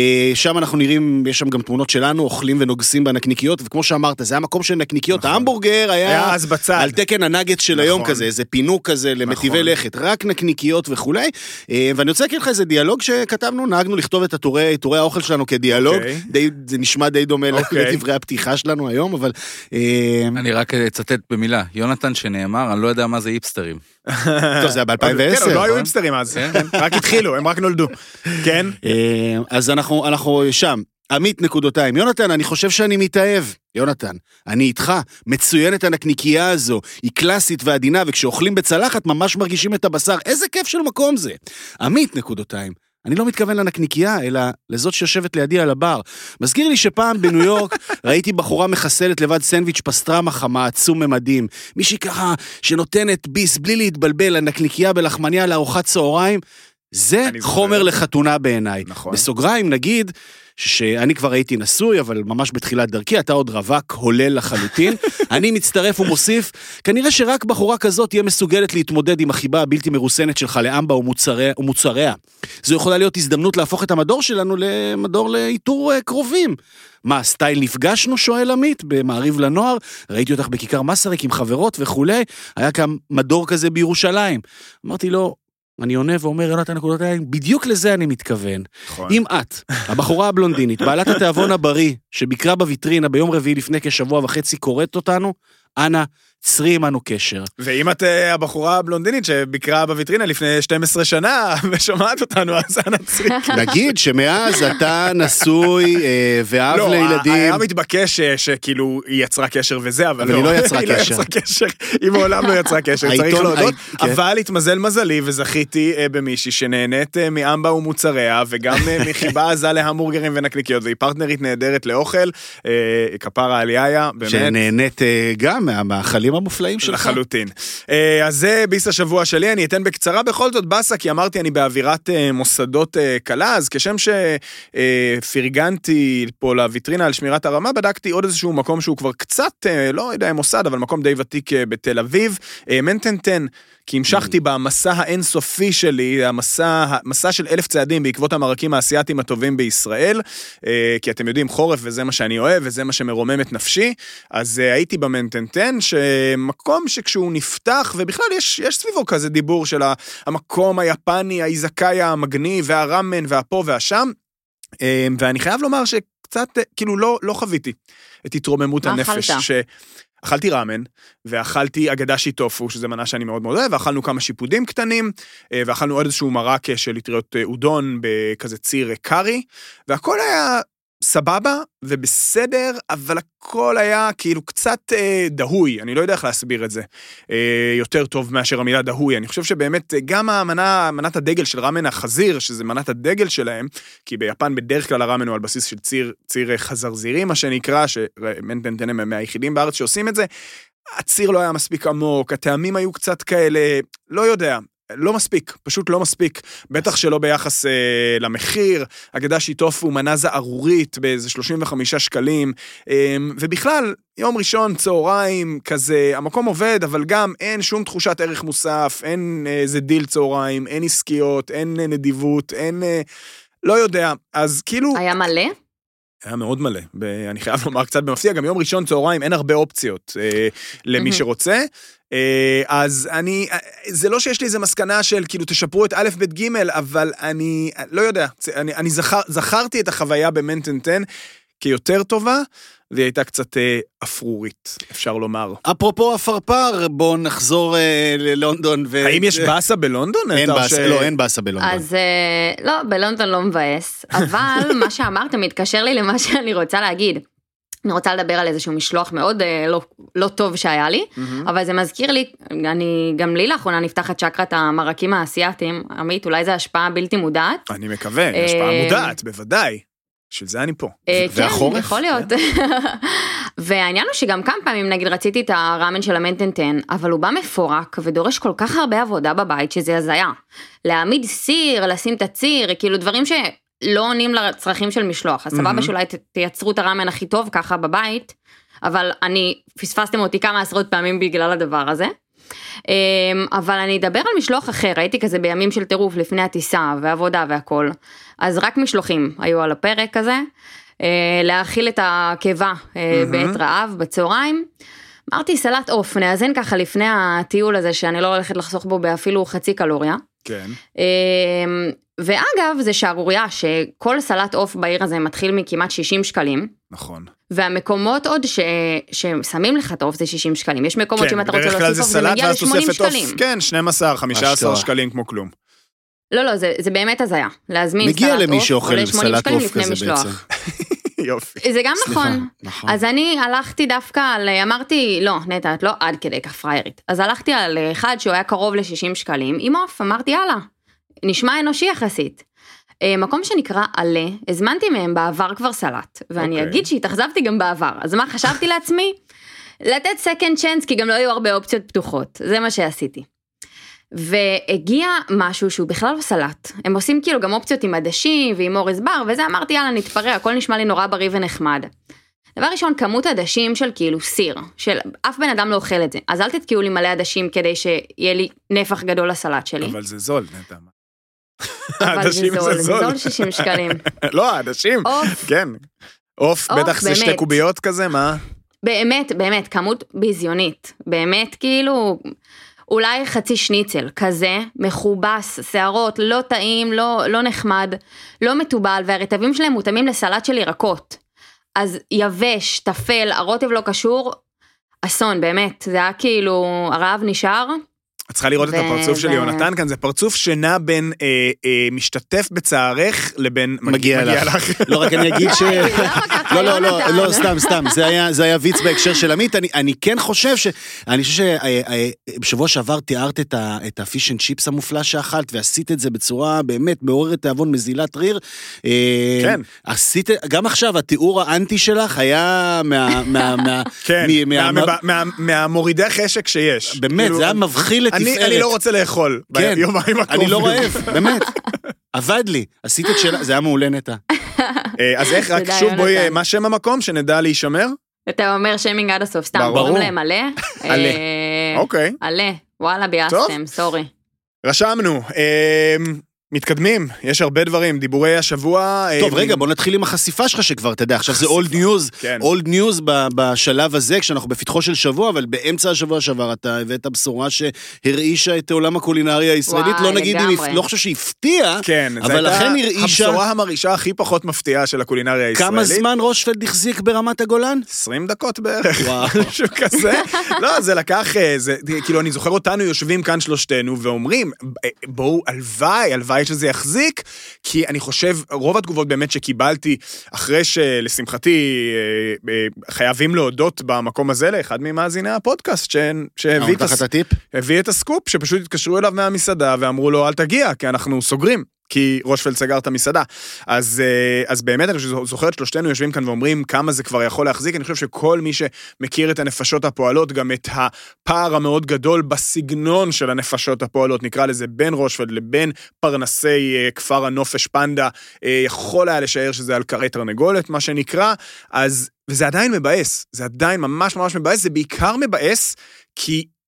S2: שם אנחנו נראים, יש שם גם תמונות שלנו, אוכלים ונוגסים בנקניקיות, וכמו שאמרת, זה המקום של נקניקיות, ההמבורגר היה על תקן הנגץ של היום כזה, איזה פינוק כזה למטיבי לכת, רק נקניקיות וכולי. ואני רוצה להגיד לך איזה דיאלוג שכתבנו, נהגנו לכתוב את התורי, תורי האוכל שלנו כדיאלוג, זה נשמע די דומה לדברי הפתיחה שלנו היום, אבל...
S5: אני רק אצטט במילה, יונתן שנאמר, אני לא יודע מה זה היפסטרים.
S2: טוב, זה היה ב-אלפיים ועשר.
S1: כן, לא היו היפסטרים אז, רק התחילו, הם רק נולדו. כן?
S2: אז אנחנו שם. עמית נקודותיים. יונתן, אני חושב שאני מתאהב. יונתן, אני איתך. מצוינת הנקניקייה הזו. היא קלאסית ועדינה, וכשאוכלים בצלחת ממש מרגישים את הבשר. איזה כיף של מקום זה. עמית נקודותיים. אני לא מתכוון לנקניקייה, אלא לזאת שיושבת לידי על הבר. מזכיר לי שפעם בניו יורק ראיתי בחורה מחסלת לבד סנדוויץ' פסטרמה חמה, עצום ממדים. מישהי ככה שנותנת ביס בלי להתבלבל לנקניקייה בלחמניה לארוחת צהריים. זה חומר לחתונה בעיניי. נכון. בסוגריים נגיד, שאני כבר הייתי נשוי, אבל ממש בתחילת דרכי, אתה עוד רווק הולל לחלוטין. אני מצטרף ומוסיף, כנראה שרק בחורה כזאת תהיה מסוגלת להתמודד עם החיבה הבלתי מרוסנת שלך לאמבה ומוצריה, ומוצריה. זו יכולה להיות הזדמנות להפוך את המדור שלנו למדור לאיתור קרובים. מה, סטייל נפגשנו, שואל עמית, במעריב לנוער, ראיתי אותך בכיכר מסריק עם חברות וכולי, היה כאן מדור כזה בירושלים. אמרתי לו, אני עונה ואומר, יונתן נקודותיים, בדיוק לזה אני מתכוון. נכון. אם את, הבחורה הבלונדינית, בעלת התיאבון הבריא, שביקרה בוויטרינה ביום רביעי לפני כשבוע וחצי, קוראת אותנו, אנא, צרי עמנו קשר.
S1: ואם את הבחורה הבלונדינית שביקרה בוויטרינה לפני שתים עשרה שנה, ושומעת אותנו, אז אנא צרי.
S2: נגיד שמאז אתה נשוי ואב
S1: לא,
S2: לילדים.
S1: לא, היה מתבקש שכאילו היא יצרה קשר וזה, אבל,
S2: אבל לא. היא לא יצרה
S1: היא
S2: קשר.
S1: לא יצרה קשר. היא מעולם לא יצרה קשר, צריך להודות. אבל התמזל מזלי וזכיתי במישהי שנהנית מאמבה ומוצריה, וגם מחיבה עזה להמבורגרים ונקניקיות, והיא פרטנרית נהדרת לאוכל, כפרה עלייה, באמת.
S2: שנהנית גם מהמאכלים המופלאים שלך.
S1: לחלוטין. אז זה ביס השבוע שלי, אני אתן בקצרה בכל זאת בסה, כי אמרתי אני באווירת מוסדות קלה, אז כשם שפרגנתי פה לויטרינה על שמירת הרמה, בדקתי עוד איזשהו מקום שהוא כבר קצת, לא יודע אם מוסד, אבל מקום די ותיק בתל אביב, מנטנטן, כי המשכתי במסע האינסופי שלי, המסע, המסע של אלף צעדים בעקבות המרקים האסייתיים הטובים בישראל, כי אתם יודעים חורף וזה מה שאני אוהב, וזה מה שמרומם את נפשי, אז הייתי במנטנטן, שמקום שכשהוא נפתח, ובכלל יש, יש סביבו כזה דיבור של המקום היפני, האיזקאיה המגניב, והרמן, והפה והשם, ואני חייב לומר שקצת, כאילו לא, לא חוויתי את התרוממות הנפש ש... אכלתי רמן, ואכלתי אגדשי טופו, שזה מנה שאני מאוד מאוד אוהב, ואכלנו כמה שיפודים קטנים, ואכלנו עוד איזשהו מרק של לטריות אודון, בכזה ציר קרי, והכל היה סבבה ובסדר, אבל הכל היה כאילו קצת אה, דהוי, אני לא יודע איך להסביר את זה, אה, יותר טוב מאשר המילה דהוי, אני חושב שבאמת גם המנה, מנת הדגל של רמן החזיר, שזה מנת הדגל שלהם, כי ביפן בדרך כלל הרמן הוא על בסיס של ציר, ציר חזרזירי, מה שנקרא, שמנטנטן הם מהיחידים בארץ שעושים את זה, הציר לא היה מספיק עמוק, הטעמים היו קצת כאלה, לא יודע, לא מספיק, פשוט לא מספיק, בטח שלא ביחס אה, למחיר, אגדשי טופו מנה זערורית באיזה שלושים וחמישה שקלים, אה, ובכלל, יום ראשון, צהריים, כזה, המקום עובד, אבל גם אין שום תחושת ערך מוסף, אין איזה דיל צהריים, אין עסקיות, אין נדיבות, אין, אה, לא יודע, אז כאילו...
S4: היה מלא?
S1: היה מאוד מלא, אני חייב לומר קצת במפתיע, גם יום ראשון צהריים אין הרבה אופציות למי שרוצה, אז אני, זה לא שיש לי איזה מסקנה של כאילו תשפרו את א' ב' ג', אבל אני לא יודע, אני, אני זכר, זכרתי את החוויה במנטנטן כיותר טובה, והיא הייתה קצת אה, אפרורית, אפשר לומר.
S2: אפרופו הפרפר, בואו נחזור אה, ללונדון. ו...
S1: האם יש בסה בלונדון?
S2: אין בסה, ש... לא, אין בסה בלונדון.
S4: אז אה, לא, בלונדון לא מבאס, אבל מה שאמרת מתקשר לי למה שאני רוצה להגיד. אני רוצה לדבר על איזשהו משלוח מאוד אה, לא, לא טוב שהיה לי, mm-hmm. אבל זה מזכיר לי, אני, גם לי לאחרונה נפתחת צ'קרת המרקים האסייתיים, עמית, אולי זה השפעה בלתי מודעת.
S1: אני מקווה, אה... השפעה מודעת, בוודאי. של זה אני פה.
S4: כן, יכול להיות. והעניין הוא שגם כמה פעמים נגיד רציתי את הרמן של המנטנטן, אבל הוא בא מפורק ודורש כל כך הרבה עבודה בבית שזה הזיה. להעמיד סיר, לשים את הציר, כאילו דברים שלא עונים לצרכים של משלוח. אז סבבה שאולי תייצרו את הרמן הכי טוב ככה בבית, אבל אני פספסתם אותי כמה עשרות פעמים בגלל הדבר הזה. אבל אני אדבר על משלוח אחר, הייתי כזה בימים של טירוף לפני הטיסה ועבודה והכל, אז רק משלוחים היו על הפרק הזה, להאכיל את הקיבה בעת רעב בצהריים, אמרתי סלט אוף, נאזן ככה לפני הטיול הזה שאני לא הולכת לחסוך בו באפילו חצי קלוריה,
S1: כן.
S4: ואגב זה שערוריה שכל סלט אוף בעיר הזה מתחיל מכמעט שישים שקלים,
S1: נכון.
S4: והמקומות עוד ש... ששמים לך טוב זה שישים שקלים. יש מקומות שאם אתה רוצה להוסיף טוב, זה מגיע ל-שמונים שקלים.
S1: כן, שנים עשר, חמישה עשר שקלים כמו כלום.
S4: לא, לא, זה, זה באמת הזיה. להזמין סלט
S2: מגיע למי
S4: אוף,
S2: שאוכל סלט אוף כזה בעצם.
S1: יופי.
S4: זה גם נכון. אז אני הלכתי דווקא על, אמרתי, לא, נטע, את לא עד כדי כך פריירית. אז הלכתי על אחד שהוא היה קרוב ל-שישים שקלים, עם אוף, אמרתי, יאללה, נשמע אנושי יחסית. מקום שנקרא עלה, הזמנתי מהם בעבר כבר סלט, ואני okay. אגיד שהתאכזבתי גם בעבר, אז מה חשבתי לעצמי? לתת second chance, כי גם לא היו הרבה אופציות פתוחות, זה מה שעשיתי. והגיע משהו שהוא בכלל לא סלט, הם עושים כאילו גם אופציות עם עדשים ועם אורז בר, וזה אמרתי יאללה נתפרע, הכל נשמע לי נורא בריא ונחמד. דבר ראשון, כמות עדשים של כאילו סיר, של אף בן אדם לא אוכל את זה, אז אל תתקיעו לי מלא עדשים כדי שיהיה לי נפח גדול לסלט שלי.
S1: אבל זה זול, נטע.
S4: אבל זה זול, זה זול שישים שקלים.
S1: לא, העדשים, כן. אוף, בטח זה שתי קוביות כזה, מה?
S4: באמת, באמת, כמות ביזיונית, באמת כאילו, אולי חצי שניצל, כזה, מחובס, שערות, לא טעים, לא, לא נחמד, לא מטובל, והרטבים שלהם מותאמים לסלט של ירקות. אז יבש, תפל, הרוטב לא קשור, אסון, באמת, זה היה כאילו, הרעב נשאר,
S1: את צריכה לראות את הפרצוף של יונתן כאן, זה פרצוף שנע בין משתתף בצערך לבין
S2: מגיע לך. לא רק אני אגיד ש... לא, לא, לא, לא, סתם, סתם, זה היה ויץ בהקשר של עמית, אני כן חושב ש... אני חושב שבשבוע שעבר תיארת את הפיש אנד צ'יפס המופלא שאכלת, ועשית את זה בצורה באמת מעוררת תיאבון מזילת ריר.
S1: כן.
S2: עשית, גם עכשיו, התיאור האנטי שלך היה מה...
S1: כן, מהמורידי חשק שיש.
S2: באמת, זה היה מבחיל לתפארת.
S1: אני לא רוצה לאכול ביומיים הקרובים.
S2: אני לא רעב, באמת. עבד לי, עשית את שלה, זה היה מעולה נטע.
S1: אז איך, רק שוב בואי, מה שם המקום שנדע להישמר?
S4: אתה אומר שיימינג עד הסוף, סתם, קוראים להם עלה.
S1: עלה, אוקיי.
S4: עלה, וואלה ביאסתם, סורי.
S1: רשמנו, מתקדמים, יש הרבה דברים, דיבורי השבוע.
S2: טוב, רגע, בוא נתחיל עם החשיפה שלך שכבר, אתה יודע, עכשיו זה אולד ניוז, אולד ניוז בשלב הזה, כשאנחנו בפתחו של שבוע, אבל באמצע השבוע שעבר אתה הבאת בשורה שהרעישה את עולם הקולינריה הישראלית, לא נגיד, לא חושב שהפתיע, אבל לכן הרעישה...
S1: הבשורה המרעישה הכי פחות מפתיעה של הקולינריה הישראלית.
S2: כמה זמן רושפלד החזיק ברמת הגולן?
S1: עשרים דקות בערך. משהו כזה. לא, זה לקח, כאילו, אני זוכר אותנו יושבים כאן שלושתנו ואומרים, בואו, הלוואי, הלוואי שזה יחזיק, כי אני חושב, רוב התגובות באמת שקיבלתי, אחרי שלשמחתי חייבים להודות במקום הזה, לאחד ממאזיני הפודקאסט, שהביא את הסקופ, שפשוט התקשרו אליו מהמסעדה, ואמרו לו, אל תגיע, כי אנחנו סוגרים. כי רושפלד סגר את המסעדה. אז, אז באמת, אני זוכר את שלושתנו יושבים כאן ואומרים כמה זה כבר יכול להחזיק. אני חושב שכל מי שמכיר את הנפשות הפועלות, גם את הפער המאוד גדול בסגנון של הנפשות הפועלות, נקרא לזה בין רושפלד לבין פרנסי כפר הנופש פנדה, יכול היה לשער שזה על קרי תרנגולת, מה שנקרא. אז, וזה עדיין מבאס. זה עדיין ממש ממש מבאס. זה בעיקר מבאס, כי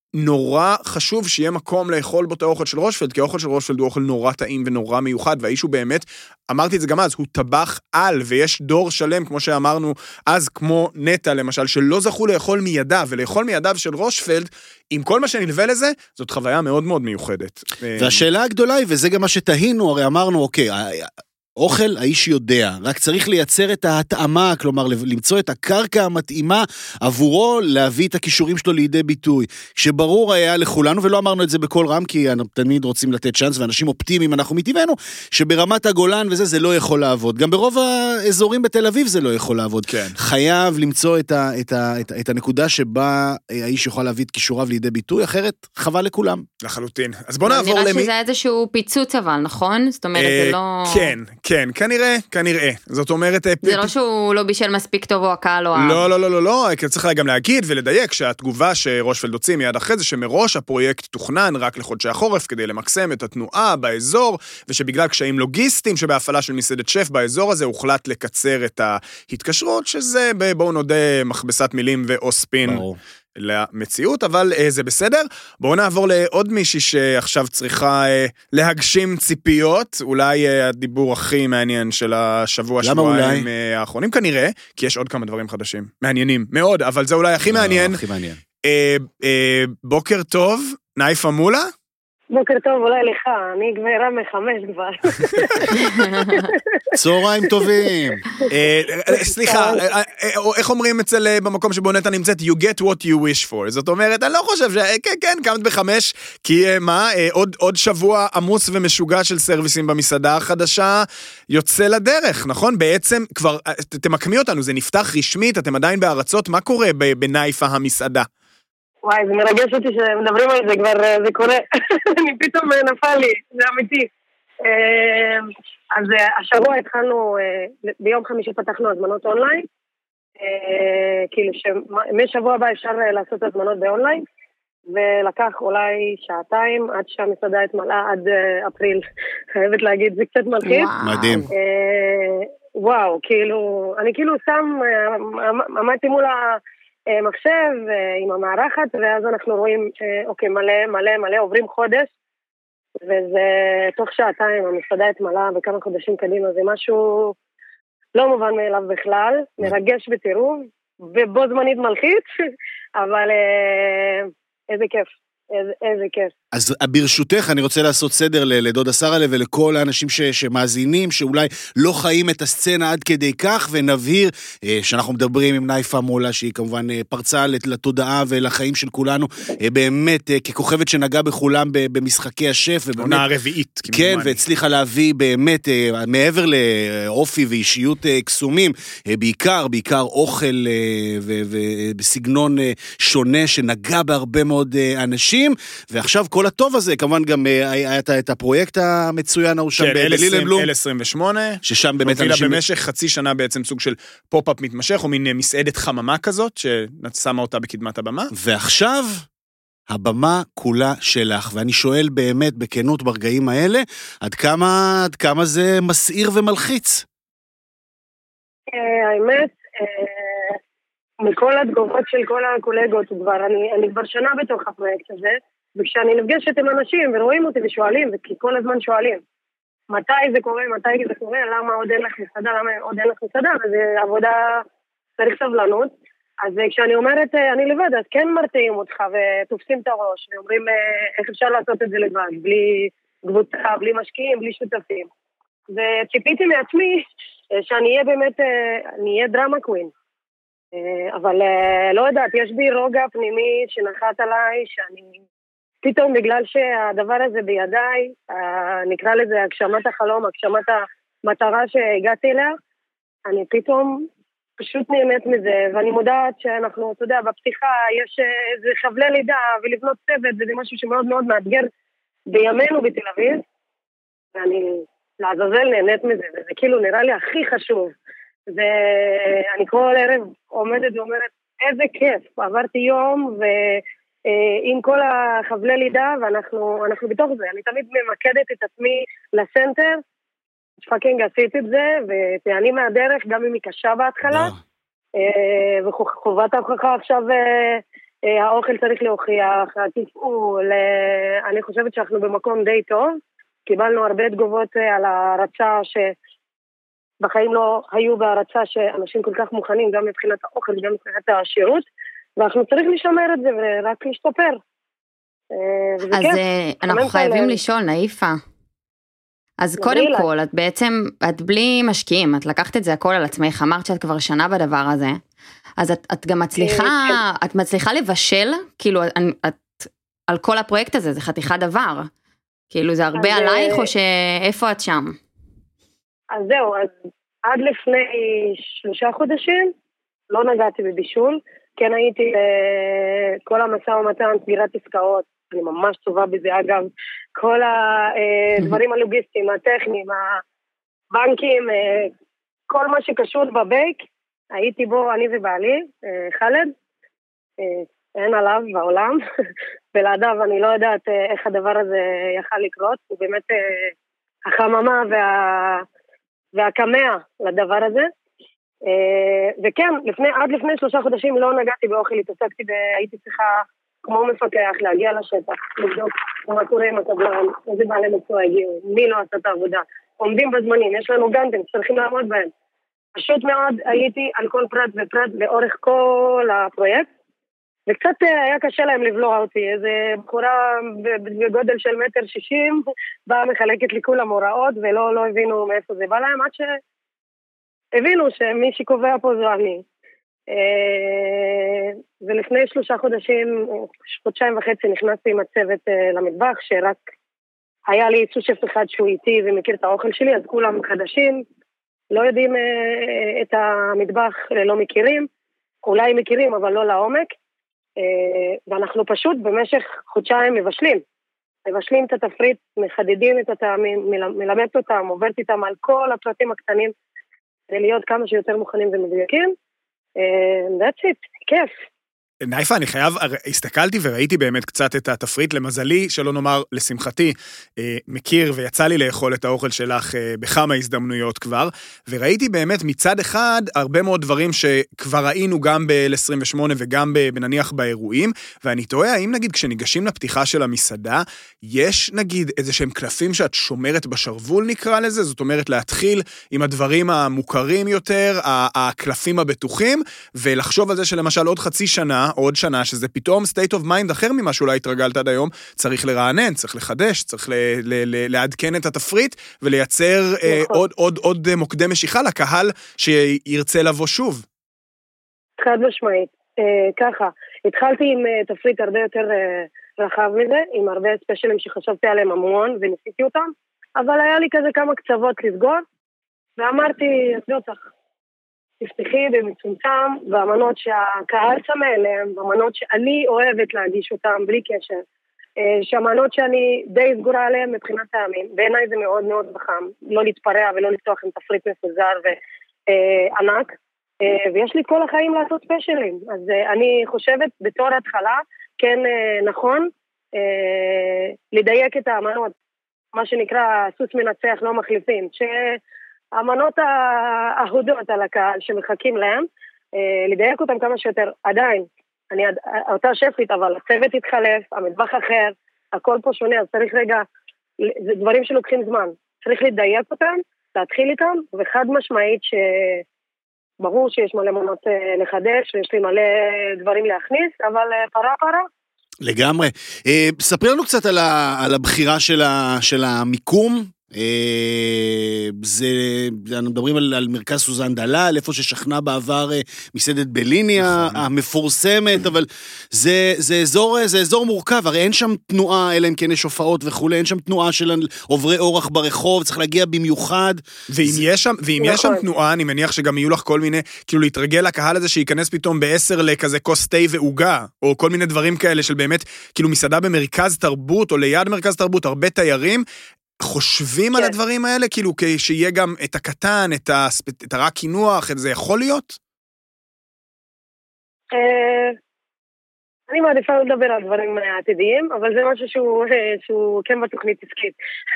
S1: נורא חשוב שיהיה מקום לאכול בו את האוכל של רושפלד, כי האוכל של רושפלד הוא אוכל נורא טעים ונורא מיוחד, והאיש הוא באמת, אמרתי את זה גם אז, הוא טבח על, ויש דור שלם, כמו שאמרנו אז, כמו נטע למשל, שלא זכו לאכול מידיו, ולאכול מידיו של רושפלד, עם כל מה שנלווה לזה, זאת חוויה מאוד מאוד מיוחדת.
S2: והשאלה הגדולה היא, וזה גם מה שתהינו, הרי אמרנו, אוקיי, אוכל, האיש יודע, רק צריך לייצר את ההתאמה, כלומר, למצוא את הקרקע המתאימה עבורו, להביא את הכישורים שלו לידי ביטוי, שברור היה לכולנו, ולא אמרנו את זה בכל רם, כי תמיד רוצים לתת צ'אנס, ואנשים אופטימיים אנחנו מטבענו, שברמת הגולן וזה, זה לא יכול לעבוד. גם ברוב האזורים בתל אביב זה לא יכול לעבוד.
S1: כן.
S2: חייב למצוא את, ה, את, ה, את, ה, את הנקודה שבה האיש יכול להביא את כישוריו לידי ביטוי, אחרת חבל לכולם.
S1: לחלוטין. אז בוא נעבור
S4: למי...
S1: למי...
S4: נראה שזה איזשהו פיצוץ אבל, נכון? זאת אומרת, זה לא...
S1: כן, כן, כנראה, כנראה. זאת אומרת...
S4: זה לא שהוא לא בישל מספיק טוב או הקהל או...
S1: לא, לא, לא, לא, לא, צריך גם להגיד ולדייק שהתגובה שרושפלד הוציא מיד אחרי זה, שמראש הפרויקט תוכנן רק לחודשי החורף, כדי למקסם את התנועה באזור, ושבגלל קשיים לוגיסטיים שבהפעלה של מסעדת שף באזור הזה, הוחלט לקצר את ההתקשרות, שזה, בואו נודה, מכבסת מילים ואוספין. ברור. למציאות, אבל אה, זה בסדר. בואו נעבור לעוד מישהי שעכשיו צריכה אה, להגשים ציפיות, אולי אה, הדיבור הכי מעניין של השבוע, שבועיים אה, האחרונים כנראה, כי יש עוד כמה דברים חדשים, מעניינים מאוד, אבל זה אולי הכי מעניין.
S2: הכי מעניין.
S1: אה, אה, בוקר טוב, נייפה מולה?
S6: בוקר טוב, אולי לך, אני גבירה מחמש כבר.
S2: צהריים טובים.
S1: סליחה, איך אומרים אצל במקום שבו נטע נמצאת, you get what you wish for, זאת אומרת, אני לא חושב ש... כן, כן, קמת בחמש, כי מה, עוד שבוע עמוס ומשוגע של סרוויסים במסעדה החדשה יוצא לדרך, נכון? בעצם כבר, תמקמי אותנו, זה נפתח רשמית, אתם עדיין בארצות, מה קורה בנייפה המסעדה?
S6: וואי, זה מרגש אותי שמדברים על זה כבר, זה קורה. אני פתאום נפל לי, זה אמיתי. אז השבוע התחלנו, ביום חמישי פתחנו הזמנות אונליין, כאילו שמשבוע הבא אפשר לעשות הזמנות באונליין, ולקח אולי שעתיים עד שהמסעדה התמלאה עד אפריל. חייבת להגיד, זה קצת מלחיץ.
S2: מדהים.
S6: וואו, כאילו, אני כאילו שם, עמדתי מול ה... מחשב עם המערכת, ואז אנחנו רואים, אוקיי, מלא, מלא, מלא, עוברים חודש, וזה תוך שעתיים, המסעדה התמלאה וכמה חודשים קדימה, זה משהו לא מובן מאליו בכלל, מרגש בטירוף, ובו זמנית מלחיץ, אבל איזה כיף. איזה, איזה כיף.
S2: אז ברשותך אני רוצה לעשות סדר לדודה שרהלב ולכל האנשים ש, שמאזינים, שאולי לא חיים את הסצנה עד כדי כך, ונבהיר אה, שאנחנו מדברים עם נייפה מולה, שהיא כמובן אה, פרצה לתודעה ולחיים של כולנו, אה, באמת אה, ככוכבת שנגעה בכולם במשחקי השף.
S1: עונה הרביעית.
S2: כן, והצליחה להביא באמת, אה, מעבר לאופי ואישיות אה, קסומים, אה, בעיקר, בעיקר אוכל אה, ובסגנון אה, שונה שנגע בהרבה מאוד אה, אנשים, ועכשיו כל הטוב הזה, כמובן גם היה את הפרויקט המצוין ההוא שם בלילנבלום.
S1: אל עשרים ושמונה,
S2: ששם באמת
S1: אנשים... במשך חצי שנה בעצם סוג של פופ-אפ מתמשך, או מין מסעדת חממה כזאת, ששמה אותה בקדמת הבמה.
S2: ועכשיו, הבמה כולה שלך, ואני שואל באמת בכנות ברגעים האלה, עד כמה, עד כמה זה מסעיר ומלחיץ?
S6: האמת, מכל התגובות של כל הקולגות, כבר, אני, אני כבר שנה בתוך הפרויקט הזה, וכשאני נפגשת עם אנשים ורואים אותי ושואלים, וכי כל הזמן שואלים, מתי זה קורה, מתי זה קורה, למה עוד אין לך מסעדה, למה עוד אין לך מסעדה, וזה עבודה, צריך סבלנות. אז כשאני אומרת, אני לבד, אז כן מרתעים אותך ותופסים את הראש, ואומרים איך אפשר לעשות את זה לבד, בלי קבוצה, בלי משקיעים, בלי שותפים. וציפיתי מעצמי שאני אהיה באמת, אני אהיה דרמה קווין. אבל לא יודעת, יש בי רוגע פנימי שנחת עליי, שאני פתאום בגלל שהדבר הזה בידיי, נקרא לזה הגשמת החלום, הגשמת המטרה שהגעתי אליה, אני פתאום פשוט נהנית מזה, ואני מודעת שאנחנו, אתה יודע, בפתיחה יש איזה חבלי לידה ולבנות צוות, וזה משהו שמאוד מאוד מאתגר בימינו בתל אביב, ואני לעזאזל נהנית מזה, וזה כאילו נראה לי הכי חשוב. ואני כל ערב עומדת ואומרת, איזה כיף, עברתי יום ועם כל החבלי לידה, ואנחנו אנחנו בתוך זה, אני תמיד ממקדת את עצמי לסנטר, פאקינג עשית את זה, ותעני מהדרך, גם אם היא קשה בהתחלה, וחובת ההוכחה עכשיו האוכל צריך להוכיח, התפעול, אני חושבת שאנחנו במקום די טוב, קיבלנו הרבה תגובות על הרצה שבחיים לא היו בהרצה שאנשים כל כך מוכנים, גם מבחינת האוכל, גם מבחינת השירות, ואנחנו צריך לשמר את זה ורק להשתפר.
S4: אז אנחנו חייבים לשאול, נאיפה. אז קודם כל, את בעצם, את בלי משקיעים, את לקחת את זה הכל על עצמך, אמרת שאת כבר שנה בדבר הזה, אז את, את גם מצליחה, את מצליחה לבשל, כאילו, את, על כל הפרויקט הזה, זה חתיכה דבר, כאילו, זה הרבה עלייך, או שאיפה את שם?
S6: אז זהו, אז עד לפני שלושה חודשים, לא נגעתי בבישול, כן הייתי כל המשא ומתן, סגירת עסקאות, אני ממש טובה בזה, אגב, כל הדברים הלוגיסטיים, הטכניים, הבנקים, כל מה שקשור בבייק, הייתי בו, אני ובעלי, חלד, אין עליו בעולם, בלעדיו אני לא יודעת איך הדבר הזה יכל לקרות, הוא באמת החממה וה... והקמע לדבר הזה, וכן, לפני, עד לפני שלושה חודשים לא נגעתי באוכל, התעסקתי והייתי צריכה כמו מפקח להגיע לשטח, לבדוק מה קורה עם הקבלן, איזה בעלי מקצוע הגיעו, מי לא עשה את העבודה, עומדים בזמנים, יש לנו גנטים, צריכים לעמוד בהם. פשוט מאוד הייתי על כל פרט ופרט לאורך כל הפרויקט, וקצת היה קשה להם לבלוע אותי, איזה בחורה בגודל של מטר שישים, באה מחלקת לי כולם הוראות, ולא לא הבינו מאיפה זה בא להם, עד שהבינו שמי שקובע פה זו אני. ולפני שלושה חודשים, חודשיים וחצי, נכנסתי עם הצוות למטבח, שרק היה לי סושף אחד שהוא איתי ומכיר את האוכל שלי, אז כולם חדשים, לא יודעים את המטבח, לא מכירים, אולי מכירים, אבל לא לעומק, ואנחנו פשוט במשך חודשיים מבשלים, מבשלים את התפריט, מחדדים את הטעמים, מלמדת אותם, עוברת איתם על כל הפרטים הקטנים, כדי להיות כמה שיותר מוכנים ומדויקים, that's it, כיף.
S1: נאיפה, אני חייב, הסתכלתי וראיתי באמת קצת את התפריט, למזלי, שלא נאמר לשמחתי, מכיר ויצא לי לאכול את האוכל שלך בכמה הזדמנויות כבר, וראיתי באמת מצד אחד הרבה מאוד דברים שכבר ראינו גם ב-אל עשרים ושמונה וגם בנניח באירועים, ואני תוהה, האם נגיד כשניגשים לפתיחה של המסעדה, יש נגיד איזה שהם קלפים שאת שומרת בשרוול נקרא לזה, זאת אומרת להתחיל עם הדברים המוכרים יותר, הקלפים הבטוחים, ולחשוב על זה שלמשל עוד חצי שנה, עוד שנה, שזה פתאום state of mind אחר ממה שאולי התרגלת עד היום, צריך לרענן, צריך לחדש, צריך ל- ל- ל- לעדכן את התפריט, ולייצר אה, עוד, עוד, עוד מוקדי משיכה לקהל שירצה לבוא שוב.
S6: חד משמעית. אה, ככה, התחלתי עם אה, תפריט הרבה יותר אה, רחב מזה, עם הרבה ספיישלים שחשבתי עליהם המון, וניסיתי אותם, אבל היה לי כזה כמה קצוות לסגור, ואמרתי, עזבי אותך, תפתחי במצומצם, והמנות שהקהל צמא אליהם, והמנות שאני אוהבת להגיש אותם בלי קשר, שהמנות שאני די סגורה עליהם מבחינת טעמים, בעיניי זה מאוד מאוד בחם, לא להתפרע ולא לפתוח עם תפריט מפוזר וענק, ויש לי כל החיים לעשות ספיישלים, אז אני חושבת בתור התחלה, כן נכון, לדייק את המנות, מה שנקרא סוס מנצח לא מחליפים, ש... המנות האהודות על הקהל שמחכים להם, לדייק אותם כמה שיותר, עדיין, אני אותה שפית, אבל הצוות התחלף, המטבח אחר, הכל פה שונה, אז צריך רגע, זה דברים שלוקחים זמן, צריך לדייק אותם, להתחיל איתם, וחד משמעית שברור שיש מלא מנות לחדש, ויש לי מלא דברים להכניס, אבל פרה פרה.
S2: לגמרי. ספרי לנו קצת על הבחירה של המיקום, זה, אנחנו מדברים על, על מרכז סוזן דלל, איפה ששכנה בעבר מסעדת בליניה המפורסמת, אבל זה, זה אזור, זה אזור מורכב, הרי אין שם תנועה, אלא אם כן יש הופעות וכו', אין שם תנועה של עוברי אורח ברחוב, צריך להגיע במיוחד. ואם זה... יש שם, ואם יש שם תנועה, אני מניח שגם יהיו לך כל מיני, כאילו להתרגל לקהל הזה שייכנס פתאום בעשר לכזה כוס תה ועוגה, או כל מיני דברים כאלה של באמת, כאילו מסעדה במרכז תרבות, או ליד מרכז תרבות, הרבה תיירים, חושבים כן. על הדברים האלה, כאילו שיהיה גם את הקטן, את, הספ... את הרק כינוח, את זה יכול להיות?
S6: אני מעדיפה לדבר על דברים עתידיים, אבל זה משהו שהוא, שהוא כן בתוכנית עסקית.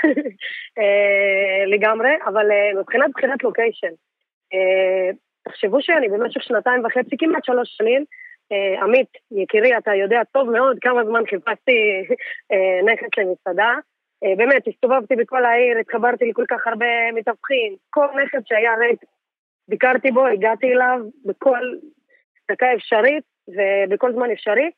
S6: לגמרי, אבל מבחינת בחירת לוקיישן, תחשבו שאני במשך שנתיים וחצי, כמעט שלוש שנים, עמית, יקירי, אתה יודע טוב מאוד כמה זמן חיפשתי נכס למסעדה. באמת, הסתובבתי בכל העיר, התחברתי לכל כך הרבה מתווכים, כל נכס שהיה ריק, ביקרתי בו, הגעתי אליו בכל דקה אפשרית ובכל זמן אפשרי,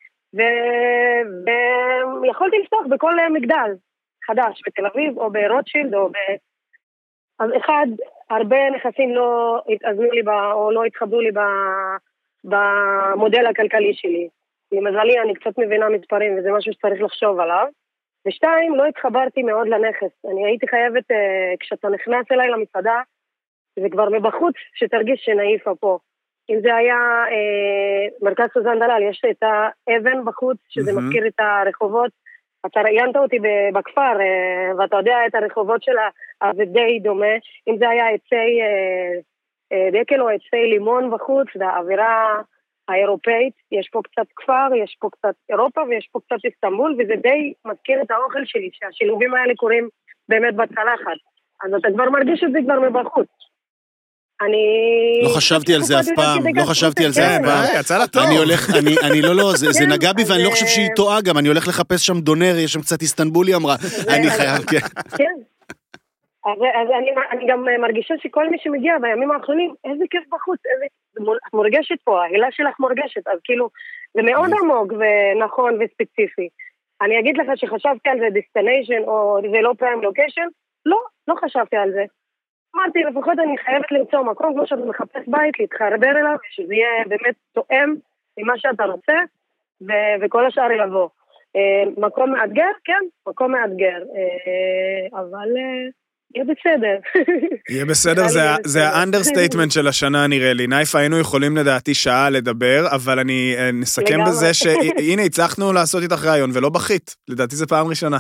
S6: ויכולתי לפתוח בכל מגדל חדש, בתל אביב או ברוטשילד או ב... אז אחד, הרבה נכסים לא התאזנו לי ב... או לא התחברו לי ב... במודל הכלכלי שלי. למזלי, אני קצת מבינה מספרים, וזה משהו שצריך לחשוב עליו. ושתיים, לא התחברתי מאוד לנכס. אני הייתי חייבת, כשאתה נכנס אליי למסעדה, זה כבר מבחוץ שתרגיש שנעיפה פה. אם זה היה אה, מרכז סוזן דלל, יש את האבן בחוץ, שזה mm-hmm. מזכיר את הרחובות. אתה ראיינת אותי בכפר, אה, ואתה יודע את הרחובות שלה, אז זה די דומה. אם זה היה עצי אה, אה, דקל או עצי לימון בחוץ, והאווירה האירופאית, יש פה קצת כפר, יש פה קצת אירופה, ויש פה קצת איסטנבול, וזה די מזכיר את האוכל שלי, שהשילובים האלה קורים באמת בצלחת. אז אתה כבר מרגיש את זה כבר מבחוץ. אני...
S2: לא חשבתי על זה אף פעם, לא חשבתי על זה אף פעם.
S1: יצא לה טוב.
S2: אני הולך, אני לא, לא, זה נגע בי ואני לא חושב שהיא טועה גם, אני הולך לחפש שם דונר, יש שם קצת איסטנבולי אמרה, אני חייב, כן.
S6: כן. אז אני גם מרגישה שכל מי שמגיע בימים האחרונים, איזה כיף בחוץ, איזה... את מורגשת פה, ההילה שלך מורגשת, אז כאילו, זה מאוד עמוק ונכון וספציפי. אני אגיד לך שחשבתי על זה destination או זה לא prime location, לא, לא חשבתי על זה. אמרתי, לפחות אני חייבת למצוא מקום, כמו שאתה מחפש בית, להתחרבר אליו, שזה יהיה באמת תואם ממה שאתה רוצה, ו- וכל השאר יבוא. אה, מקום מאתגר? כן, מקום מאתגר. אה, אבל אה, יהיה בסדר.
S1: יהיה בסדר, זה, זה האנדרסטייטמנט של השנה נראה לי. נייפה, היינו יכולים לדעתי שעה לדבר, אבל אני אה, נסכם לגמרי. בזה שהנה, הצלחנו לעשות איתך רעיון, ולא בכית. לדעתי זה פעם ראשונה.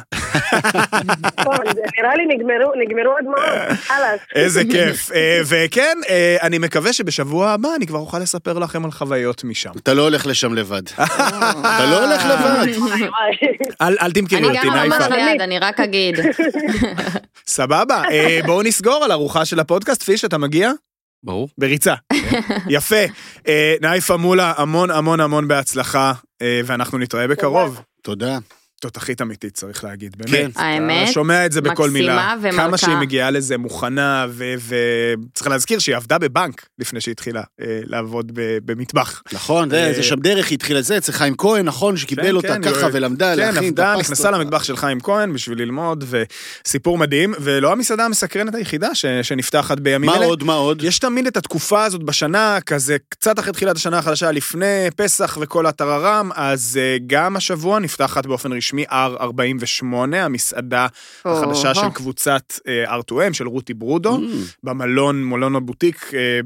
S6: נראה לי נגמרו, נגמרו עד מאוד, חלאס.
S1: איזה כיף. וכן, אני מקווה שבשבוע הבא אני כבר אוכל לספר לכם על חוויות משם.
S2: אתה לא הולך לשם לבד. אתה לא הולך לבד.
S1: אל תמכרו אותי, נייפה.
S4: אני גם לא ליד, אני רק אגיד.
S1: סבבה, בואו נסגור על ארוחה של הפודקאסט. פיש, אתה מגיע?
S5: ברור.
S1: בריצה. יפה. נייפה מולה, המון המון המון בהצלחה, ואנחנו נתראה בקרוב.
S2: תודה.
S1: תותחית אמיתית, צריך להגיד, באמת.
S4: האמת,
S1: אתה שומע את זה בכל מילה.
S4: ומלכה.
S1: כמה שהיא מגיעה לזה מוכנה, וצריך להזכיר שהיא עבדה בבנק לפני שהיא התחילה לעבוד במטבח.
S2: נכון, זה שם דרך, היא התחילה זה, אצל חיים כהן, נכון, שקיבל אותה ככה ולמדה להכין את הפסטות. כן, עבדה, נכנסה למטבח של חיים כהן בשביל ללמוד, וסיפור מדהים, ולא המסעדה המסקרנת היחידה שנפתחת בימים אלה. מה עוד, מה עוד?
S1: יש תמיד את התקופה הזאת בשנה, כזה קצת אחרי תחילת השנה החדשה, לפני פסח וכל הטררם, אז גם השבוע נפתחת באופן רשמי אר ארבעים ושמונה, המסעדה החדשה של קבוצת אר טו אם, של רותי ברודו, במלון מולון הבוטיק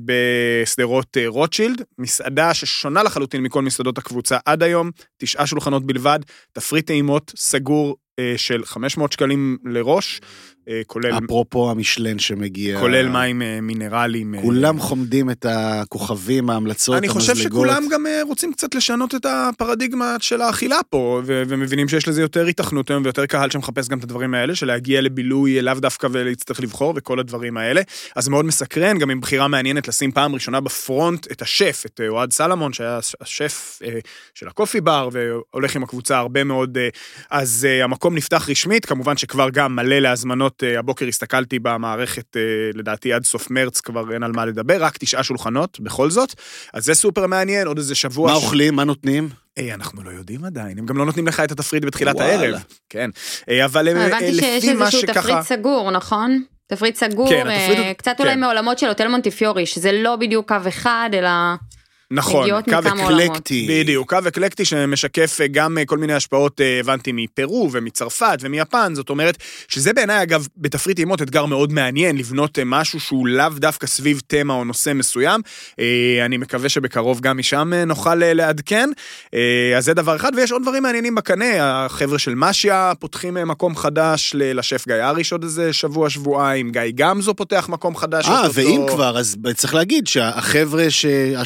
S1: בסדרות רוטשילד, מסעדה ששונה לחלוטין מכל מסעדות הקבוצה עד היום, תשעה שולחנות בלבד, תפריט טעימות סגור של חמש מאות שקלים לראש, כולל...
S2: אפרופו המשלן שמגיע...
S1: כולל מים מינרליים.
S2: כולם חומדים את הכוכבים, ההמלצות,
S1: אני
S2: המזלגות.
S1: חושב שכולם גם רוצים קצת לשנות את הפרדיגמה של האכילה פה, ו- ומבינים שיש לזה יותר התכנות היום, ויותר קהל שמחפש גם את הדברים האלה, של להגיע לבילוי אליו דווקא ולהצטרך לבחור, וכל הדברים האלה. אז מאוד מסקרן, גם עם בחירה מעניינת לשים פעם ראשונה בפרונט את השף, את אוהד סלמון, שהיה השף של הקופי בר, והולך עם הקבוצה הרבה מאוד. אז המקום נפתח רשמית, כמובן שכבר גם מלא להזמנות. הבוקר הסתכלתי במערכת, לדעתי עד סוף מרץ כבר אין על מה לדבר, רק תשעה שולחנות בכל זאת, אז זה סופר מעניין, עוד איזה שבוע...
S2: מה אוכלים, מה נותנים?
S1: אי, אנחנו לא יודעים עדיין, הם גם לא נותנים לך את התפריט בתחילת הערב, כן, אבל
S4: הבנתי שיש איזשהו תפריט סגור, נכון? תפריט סגור, קצת אולי מעולמות של הוטל מונטיפיורי, שזה לא בדיוק קו אחד, אלא...
S1: נכון, קו אקלקטי. בדיוק, קו אקלקטי שמשקף גם כל מיני השפעות, הבנתי, מפרו ומצרפת ומיפן, זאת אומרת, שזה בעיניי, אגב, בתפריט אימות אתגר מאוד מעניין, לבנות משהו שהוא לאו דווקא סביב תמה או נושא מסוים, אני מקווה שבקרוב גם משם נוכל לעדכן, אז זה דבר אחד, ויש עוד דברים מעניינים בקנה, החבר'ה של משיה פותחים מקום חדש לשף גיא אריש עוד איזה שבוע, שבועיים, גיא גמזו פותח מקום חדש.
S2: אה, ואם כבר, אז צריך להגיד שהחבר'ה שהשכנים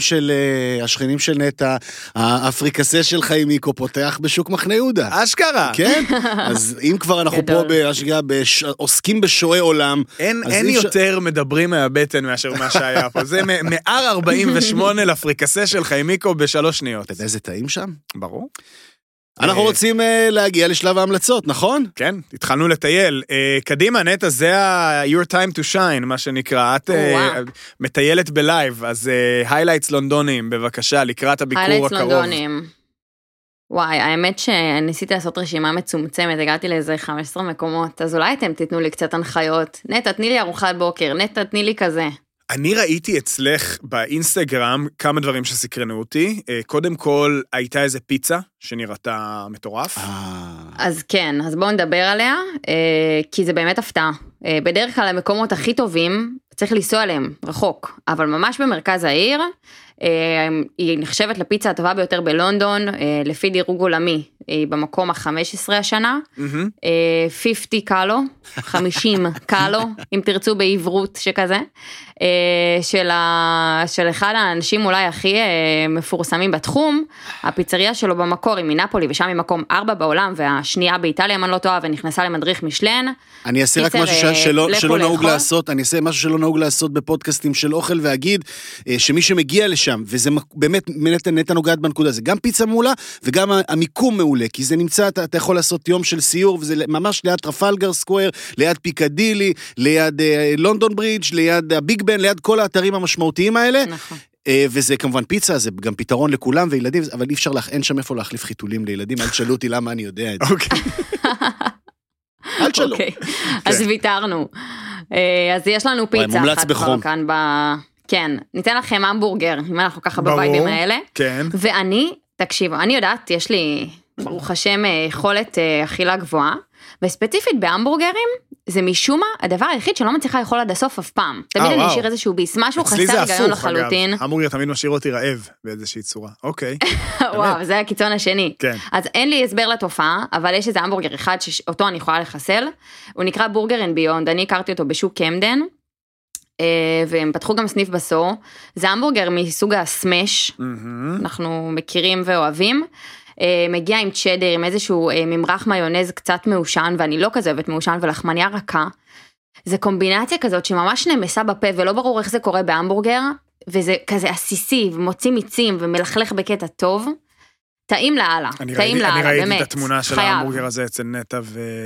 S2: של, השכנים של נטע, האפריקסה של חיימיקו פותח בשוק מחנה יהודה.
S1: אשכרה.
S2: כן? אז אם כבר אנחנו פה בהשגעה, עוסקים בשועי עולם.
S1: אין, אין יותר מדברים מהבטן מאשר מה שהיה פה. זה מאה ארבעים ושמונה לאפריקסה של חיימיקו בשלוש שניות.
S2: אתה יודע איזה טעים שם?
S1: ברור.
S2: אנחנו רוצים להגיע לשלב ההמלצות, נכון?
S1: כן, התחלנו לטייל. קדימה, נטע, זה ה-your time to shine, מה שנקרא. את מטיילת בלייב, אז highlights לונדונים, בבקשה, לקראת הביקור הקרוב.
S4: highlights לונדונים. וואי, האמת שניסיתי לעשות רשימה מצומצמת, הגעתי לאיזה חמש עשרה מקומות, אז אולי אתם תיתנו לי קצת הנחיות. נטע, תני לי ארוחת בוקר, נטע, תני לי כזה.
S1: אני ראיתי אצלך באינסטגרם כמה דברים שסקרנו אותי. קודם כל, הייתה איזה פיצה שנראתה מטורף.
S4: אז כן, אז בואו נדבר עליה, כי זה באמת הפתעה. בדרך כלל המקומות הכי טובים, צריך לנסוע עליהם רחוק, אבל ממש במרכז העיר, היא נחשבת לפיצה הטובה ביותר בלונדון, לפי דירוג עולמי, היא במקום ה-חמש עשרה השנה, חמישים קלו, חמישים קלו, אם תרצו בעברות שכזה, של, ה... של אחד האנשים אולי הכי מפורסמים בתחום, הפיצריה שלו במקור היא מנפולי, ושם היא מקום ארבע בעולם, והשנייה באיטליה, אם אני לא טועה, ונכנסה למדריך משלן.
S2: אני אעשה רק משהו שלא, שלא נהוג לעשות, אני אעשה משהו שלא נהוג לעשות בפודקאסטים של אוכל, ואגיד שמי שמגיע לשם, וזה באמת נטע נוגעת בנקודה, זה גם פיצה מעולה, וגם המיקום מעולה, כי זה נמצא, אתה, אתה יכול לעשות יום של סיור, וזה ממש ליד טרפלגר סקוואר, ליד פיקדילי, ליד אה, לונדון ברידג', ליד הביג בן, ליד כל האתרים המשמעותיים האלה. נכון. אה, וזה כמובן פיצה, זה גם פתרון לכולם וילדים, אבל אי אפשר, לה, אין שם איפה להחליף חיתולים לילדים, אל תשאלו אותי למה אני יודע את זה.
S1: אוקיי.
S2: אל תשאלו.
S4: אוקיי, אז ויתרנו. אז יש לנו פיצה אחת כבר כאן ב... כן, ניתן לכם המבורגר, אם אנחנו ככה בבייבים האלה.
S1: כן.
S4: ואני, תקשיבו, אני יודעת, יש לי, ברוך השם, יכולת אכילה גבוהה, וספציפית בהמבורגרים, זה משום מה הדבר היחיד שלא מצליחה לאכול עד הסוף אף פעם. תמיד אני אשאיר איזשהו ביס, משהו חסר היגיון לחלוטין.
S1: המבורגר תמיד משאיר אותי רעב באיזושהי צורה. אוקיי.
S4: וואו, זה הקיצון השני.
S1: כן.
S4: אז אין לי הסבר לתופעה, אבל יש איזה המבורגר אחד שאותו אני יכולה לחסל. הוא נקרא בורגר אנד ביונד, אני הכרתי אותו בשוק קמדן. והם פתחו גם סניף בסור, זה המבורגר מסוג הסמש, אנחנו מכירים ואוהבים, מגיע עם צ'דר, עם איזשהו ממרח מיונז קצת מעושן, ואני לא כזה אוהבת מעושן, ולחמניה רכה, זה קומבינציה כזאת שממש נמסה בפה, ולא ברור איך זה קורה בהמבורגר, וזה כזה עסיסי, ומוציא מיצים, ומלכלך בקטע טוב, טעים לאללה, טעים לאללה, באמת,
S1: אני ראיתי את התמונה של ההמבורגר הזה אצל נטע,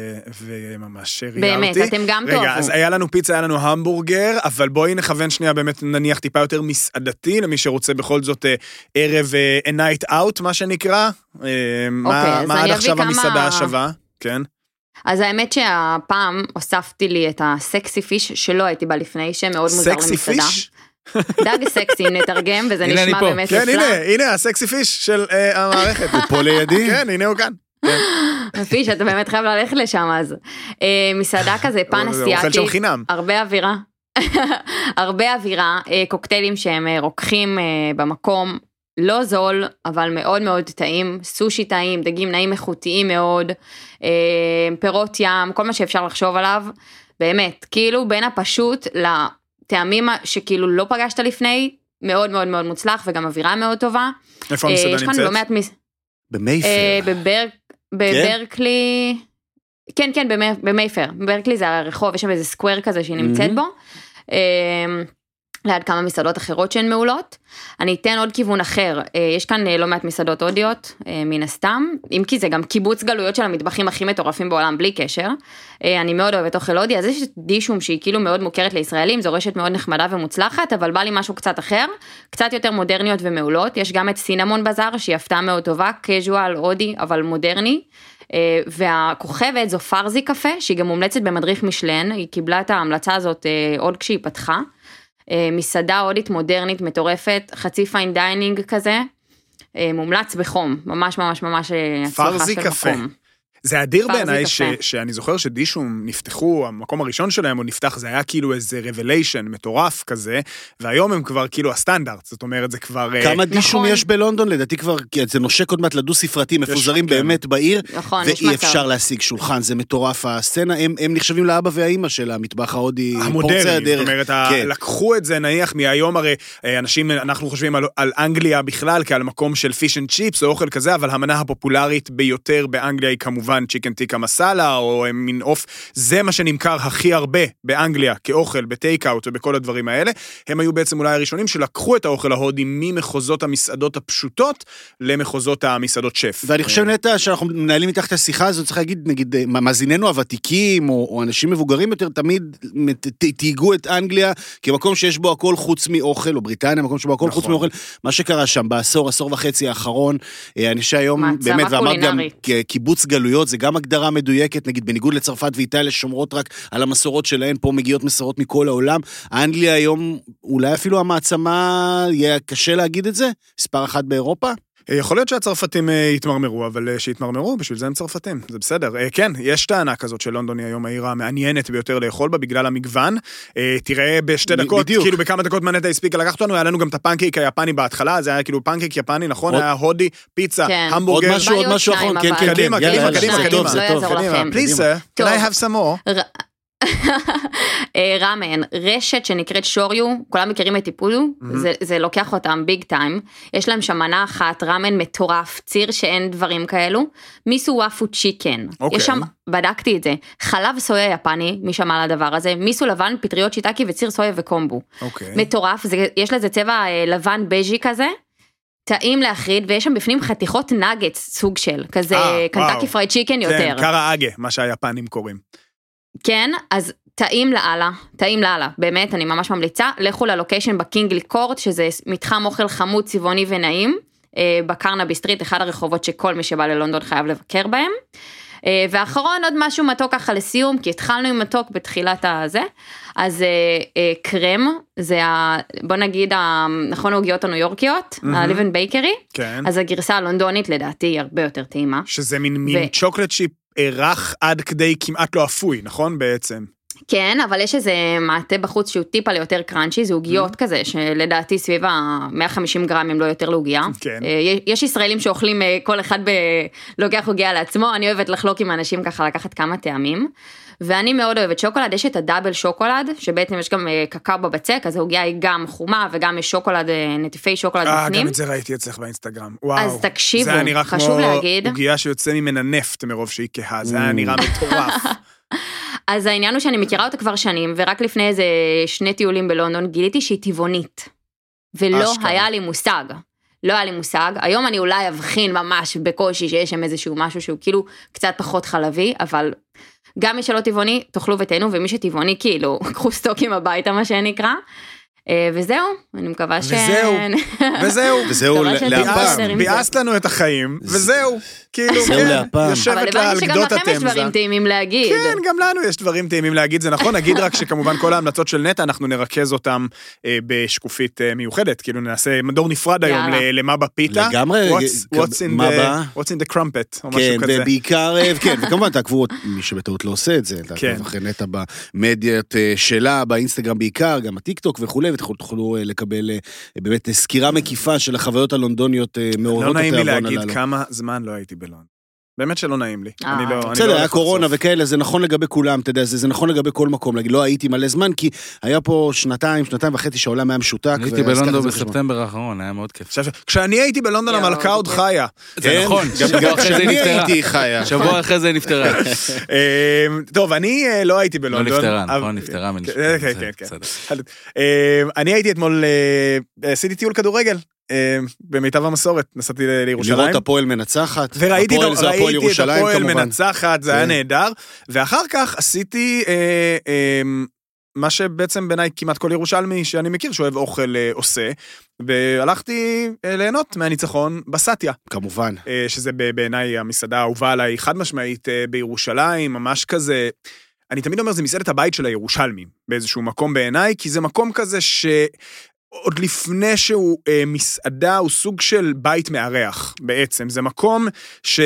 S1: וממש ריגע אותי.
S4: באמת, אתם גם טוב.
S1: רגע, אז היה לנו פיצה, היה לנו המבורגר, אבל בואי נכוון שנייה, באמת נניח טיפה יותר מסעדתי, למי שרוצה בכל זאת ערב a night out, מה שנקרא. מה עד עכשיו המסעדה השווה? כן.
S4: אז האמת שהפעם הוספתי לי את הסקסי פיש, שלא הייתי בה לפני, שמאוד מוזר למסעדה. סקסי פיש? דג סקסי, נתרגם, וזה נשמע באמת נפלא.
S1: כן, הנה, הנה, הסקסי פיש של המערכת.
S2: הוא פה לידי?
S1: כן, הנה הוא כאן.
S4: פיש, אתה באמת חייב ללכת לשם אז. מסעדה כזה, פן אסיאטי.
S1: הוא אוכל שם חינם.
S4: הרבה אווירה. הרבה אווירה, קוקטיילים שהם רוקחים במקום, לא זול, אבל מאוד מאוד טעים, סושי טעים, דגים נעים איכותיים מאוד, פירות ים, כל מה שאפשר לחשוב עליו. באמת, כאילו בין הפשוט ל... טעמים שכאילו לא פגשת לפני, מאוד מאוד מאוד מוצלח, וגם אווירה מאוד טובה.
S1: איפה המסעדה נמצאת?
S4: יש כאן לא מעט מס...
S2: במייפר.
S4: בברקלי, כן, כן, במייפר. בברקלי זה הרחוב, יש שם איזה סקוואר כזה שהיא נמצאת בו. ליד כמה מסעדות אחרות שהן מעולות. אני אתן עוד כיוון אחר, יש כאן לא מעט מסעדות הודיות, מן הסתם, אם כי זה גם קיבוץ גלויות של המטבחים הכי מטורפים בעולם, בלי קשר. אני מאוד אוהבת אוכל הודי, אז יש דישום שהיא כאילו מאוד מוכרת לישראלים, זו רשת מאוד נחמדה ומוצלחת, אבל בא לי משהו קצת אחר, קצת יותר מודרניות ומעולות, יש גם את סינמון בזאר, שהיא הפתעה מאוד טובה, קז'ואל, הודי, אבל מודרני, והכוכבת זו פרזי קפה, שהיא גם מומלצת במדריך משלן, היא קיבלה את ההמלצה הזאת עוד כשהיא פתחה, מסעדה הודית מודרנית מטורפת, חצי פיין דיינינג כזה, מומלץ בחום, ממש ממש ממש
S1: פרזי קפה. זה אדיר בעיניי שאני זוכר שדישום נפתחו, המקום הראשון שלהם הוא נפתח, זה היה כאילו איזה רבליישן מטורף כזה, והיום הם כבר כאילו הסטנדרט, זאת אומרת זה כבר...
S2: כמה דישום יש בלונדון? לדעתי כבר, זה נושק עוד מעט לדו ספרתי, מפוזרים באמת בעיר, ואי אפשר להשיג שולחן, זה מטורף הסצנה, הם נחשבים לאבא והאימא של המטבח ההודי,
S1: המודרני, זאת אומרת, לקחו את זה נניח מהיום, הרי אנשים, אנחנו חושבים על אנגליה בכלל, כעל מקום של פיש אנד צ'יפס או אוכל כזה, אבל המנה הפופולרית ביותר באנגליה היא כמובן צ'יקן טיקה מסאלה, או מין אוף, זה מה שנמכר הכי הרבה באנגליה, כאוכל, בטייק-אוט ובכל הדברים האלה. הם היו בעצם אולי הראשונים שלקחו את האוכל ההודי ממחוזות המסעדות הפשוטות, למחוזות המסעדות שף.
S2: ואני חושב נטע, שאנחנו מנהלים מתחת השיחה הזאת, צריך להגיד, נגיד, מאזיננו הוותיקים, או, או אנשים מבוגרים יותר, תמיד תהיגו את אנגליה, כמקום שיש בו הכל חוץ מאוכל, או בריטניה, מקום שבו הכל נכון. חוץ מאוכל. מה שקרה שם, בעשור, עשור וחצי האחרון, אני שהיום באמת, ואמרת גם קיבוץ גלויות, זה גם הגדרה מדויקת, נגיד בניגוד לצרפת ואיטליה, שומרות רק על המסורות שלהן, פה מגיעות מסורות מכל העולם. האנגליה היום, אולי אפילו המעצמה, יהיה קשה להגיד את זה, מספר אחת באירופה.
S1: יכול להיות שהצרפתים יתמרמרו, אבל שיתמרמרו, בשביל זה הם צרפתים, זה בסדר. כן, יש טענה כזאת של לונדון היא היום העיר המעניינת ביותר לאכול בה, בגלל המגוון. תראה בשתי דקות, כאילו בכמה דקות מנטה הספיקה לקחת לנו, היה לנו גם את הפנקייק היפני בהתחלה, זה היה כאילו פנקייק יפני, נכון? היה הודי, פיצה, המבורגר.
S2: עוד משהו, עוד משהו אחרון, כן, כן,
S1: קדימה, קדימה, קדימה, קדימה. Please sir, can I have some more?
S4: רמן, רשת שנקראת שוריו, כולם מכירים את טיפולו, זה, זה לוקח אותם ביג טיים, יש להם שם מנה אחת, רמן מטורף, ציר שאין דברים כאלו, מיסו וואפו צ'יקן, okay. יש שם, בדקתי את זה, חלב סויה יפני, מי שמע על הדבר הזה, מיסו לבן, פטריות שיטקי וציר סויה וקומבו, okay. מטורף, זה, יש לזה צבע לבן בז'י כזה, טעים להחריד, ויש שם בפנים חתיכות נגץ, סוג של, כזה קנטקי פרייד צ'יקן יותר.
S1: כן, קרה אגה, מה שהיפנים קוראים.
S4: כן, אז טעים לאללה, טעים לאללה, באמת, אני ממש ממליצה, לכו ללוקיישן בקינגלי קורט, שזה מתחם אוכל חמוד, צבעוני ונעים, בקרנבי סטריט, אחד הרחובות שכל מי שבא ללונדון חייב לבקר בהם, ואחרון עוד משהו מתוק ככה לסיום, כי התחלנו עם מתוק בתחילת הזה, אז קרם, זה ה, בוא נגיד, נכון העוגיות הניו יורקיות, הליבן בייקרי, אז הגרסה הלונדונית לדעתי היא הרבה יותר טעימה.
S1: שזה מין מין צ'וקלט שיפ, ערך עד כדי כמעט לא אפוי, נכון בעצם?
S4: כן, אבל יש איזה מעטה בחוץ שהוא טיפה ליותר קראנצ'י, זה עוגיות כזה, שלדעתי סביב ה-מאה וחמישים גרם אם לא יותר לעוגיה.
S1: כן.
S4: יש ישראלים שאוכלים כל אחד לוקח עוגיה לעצמו, אני אוהבת לחלוק עם אנשים ככה לקחת כמה טעמים, ואני מאוד אוהבת שוקולד, יש את הדאבל שוקולד, שבעצם יש גם קקאו בבצק, אז העוגיה היא גם חומה, וגם יש שוקולד, נטיפי שוקולד
S1: בפנים.
S4: בפנים.
S1: גם את זה ראיתי אצלך באינסטגרם. וואו.
S4: אז תקשיבו, חשוב להגיד.
S1: זה עוגיה שיוצא ממנה נפט מרוב שהיא כהה, זה היה נראה מטורף.
S4: אז העניין הוא שאני מכירה אותה כבר שנים, ורק לפני איזה שני טיולים בלונדון, גיליתי שהיא טבעונית. ולא היה לי מושג. לא היה לי מושג. היום אני אולי אבחין ממש בקושי שיש שם איזשהו משהו שהוא כאילו קצת פחות חלבי, אבל גם מי שלא טבעוני, תאכלו ותהנו, ומי שטבעוני כאילו, קחו סטוקים הביתה מה שנקרא. וזהו, אני מקווה ש...
S1: וזהו, וזהו,
S2: וזהו להפעם.
S1: ביאסת לנו את החיים, וזהו, כאילו, כן, יושבת לה על גדות התמזה.
S4: אבל הבנתי שגם לכם יש דברים טעימים להגיד.
S1: כן, גם לנו יש דברים טעימים להגיד, זה נכון, נגיד רק שכמובן כל ההמלצות של נטע, אנחנו נרכז אותם בשקופית מיוחדת, כאילו נעשה מדור נפרד היום למה בפיתה.
S2: לגמרי,
S1: what's in the crumpet, או משהו כזה.
S2: כן, ובעיקר, כן, וכמובן תעקבו, מי שבטעות לא עושה את זה, תעקבו אחרי נטע במדיות שלה, באינסטגרם בעיקר, גם הטיקטוק וכו', ותוכלו לקבל באמת סקירה מקיפה של החוויות הלונדוניות מעוררות התיאבון הללו.
S1: לא נעים לי להגיד כמה זמן לא הייתי בלונדון. באמת שלא נעים לי.
S2: בסדר, היה קורונה וכאלה, זה נכון לגבי כולם, אתה יודע, זה נכון לגבי כל מקום, להגיד, לא הייתי מלא זמן, כי היה פה שנתיים, שנתיים וחצי שהעולם היה משותק.
S5: הייתי בלונדון בספטמבר האחרון, היה מאוד כיף.
S1: כשאני הייתי בלונדון, המלכה עוד חיה.
S5: זה נכון,
S2: גם כשאני הייתי חיה.
S5: שבוע אחרי זה נפטרה.
S1: טוב, אני לא הייתי בלונדון.
S5: לא נפטרה, נכון, נפטרה מנשפטה.
S1: כן, כן. אני הייתי אתמול, עשיתי טיול כדורגל. במיטב המסורת, נסעתי לירושלים.
S2: לראות הפועל מנצחת.
S1: וראיתי את הפועל מנצחת, זה היה נהדר. ואחר כך עשיתי מה שבעצם בעיניי כמעט כל ירושלמי שאני מכיר, שאוהב אוכל עושה, והלכתי ליהנות מהניצחון בסטיה.
S2: כמובן.
S1: שזה בעיניי המסעדה האהובה עליי חד משמעית בירושלים, ממש כזה, אני תמיד אומר, זה מסעדת הבית של הירושלמים, באיזשהו מקום בעיניי, כי זה מקום כזה ש... עוד לפני שהוא אה, מסעדה, הוא סוג של בית מארח, בעצם. זה מקום ש,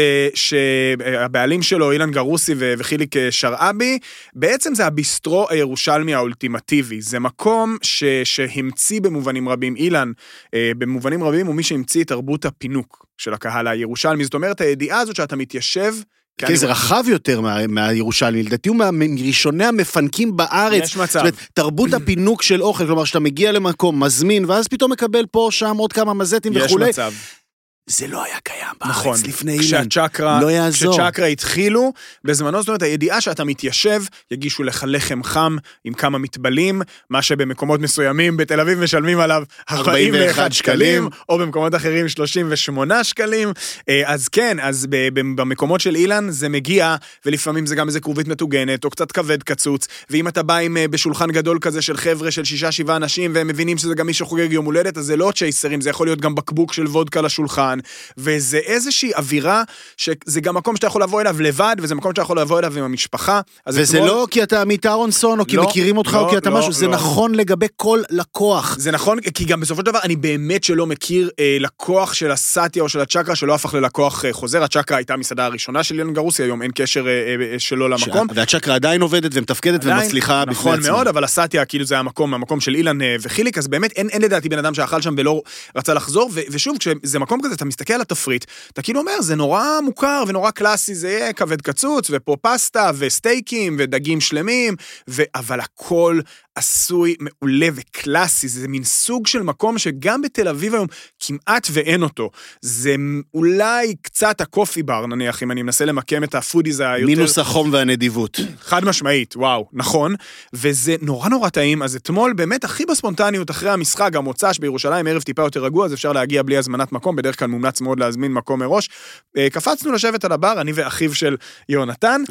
S1: שהבעלים שלו, אילן גרוסי ו, וחיליק שרעבי, בעצם זה הביסטרו הירושלמי האולטימטיבי. זה מקום ש, שהמציא במובנים רבים, אילן, אה, במובנים רבים הוא מי שהמציא את תרבות הפינוק של הקהל הירושלמי. זאת אומרת, הידיעה הזאת שאתה מתיישב,
S2: כן, זה רחב יותר מהירושלמי, לדעתי הוא מראשוני המפנקים בארץ.
S1: יש מצב.
S2: זאת אומרת, תרבות הפינוק של אוכל, כלומר, שאתה מגיע למקום, מזמין, ואז פתאום מקבל פה, שם, עוד כמה מזטים וכו'.
S1: יש מצב.
S2: זה לא היה קיים בארץ
S1: נכון,
S2: לפני אילן.
S1: כשהצ'קרה,
S2: לא יעזור.
S1: כשצ'קרה התחילו, בזמנו, זאת אומרת, הידיעה שאתה מתיישב, יגישו לך לחם חם עם כמה מטבלים, מה שבמקומות מסוימים בתל אביב משלמים עליו ארבעים ואחד שקלים, או במקומות אחרים שלושים ושמונה שקלים. אז כן, אז במקומות של אילן זה מגיע, ולפעמים זה גם איזה קרובית מטוגנת, או קצת כבד קצוץ, ואם אתה בא עם בשולחן גדול כזה של חבר'ה של שישה, שבעה אנשים, והם מבינים שזה גם מי שחוגג יום הולדת, אז זה לא צ'ייסרים, זה יכול להיות גם בקבוק של וודקה לשולחן, וזה איזושהי אווירה, שזה גם מקום שאתה יכול לבוא אליו לבד, וזה מקום שאתה יכול לבוא אליו עם המשפחה.
S2: וזה אתמול... לא כי אתה עמית אהרונסון, או כי לא, מכירים אותך, לא, או כי אתה לא, משהו, לא. זה נכון לגבי כל לקוח.
S1: זה נכון, כי גם בסופו של דבר, אני באמת שלא מכיר אה, לקוח של הסטיה או של הצ'קרה, שלא הפך ללקוח אה, חוזר. הצ'קרה הייתה המסעדה הראשונה של אילן גרוסי, היום אין קשר אה, אה, שלו למקום.
S2: ש... והצ'קרה עדיין עובדת ומתפקדת עדיין, ומצליחה
S1: נכון
S2: בפני
S1: מאוד, אבל הסטיה, כאילו זה המקום, המקום של אילן אה, וחיליק, אז באמת אין, אין לדעתי בן אדם שאכל שם ולא רצה לחזור, ו- ושוב, כשזה מקום כזה, אתה מסתכל על התפריט, אתה כאילו אומר, זה נורא מוכר ונורא קלאסי, זה יהיה כבד קצוץ, ופה פסטה, וסטייקים, ודגים שלמים, ו... אבל הכל עשוי מעולה וקלאסי, זה מין סוג של מקום שגם בתל אביב היום כמעט ואין אותו. זה אולי קצת הקופי בר, נניח, אם אני מנסה למקם את הפודיז היותר...
S2: מינוס החום והנדיבות.
S1: חד משמעית, וואו, נכון, וזה נורא נורא טעים, אז אתמול באמת הכי בספונטניות אחרי המשחק, גם מוצ"ש בירושלים, ערב טיפה יותר רגוע, אז אפשר להגיע בלי הזמנת מקום, בדרך כלל מומלץ מאוד להזמין מקום מראש. קפצנו לשבת על הבר, אני ואחיו של יונתן.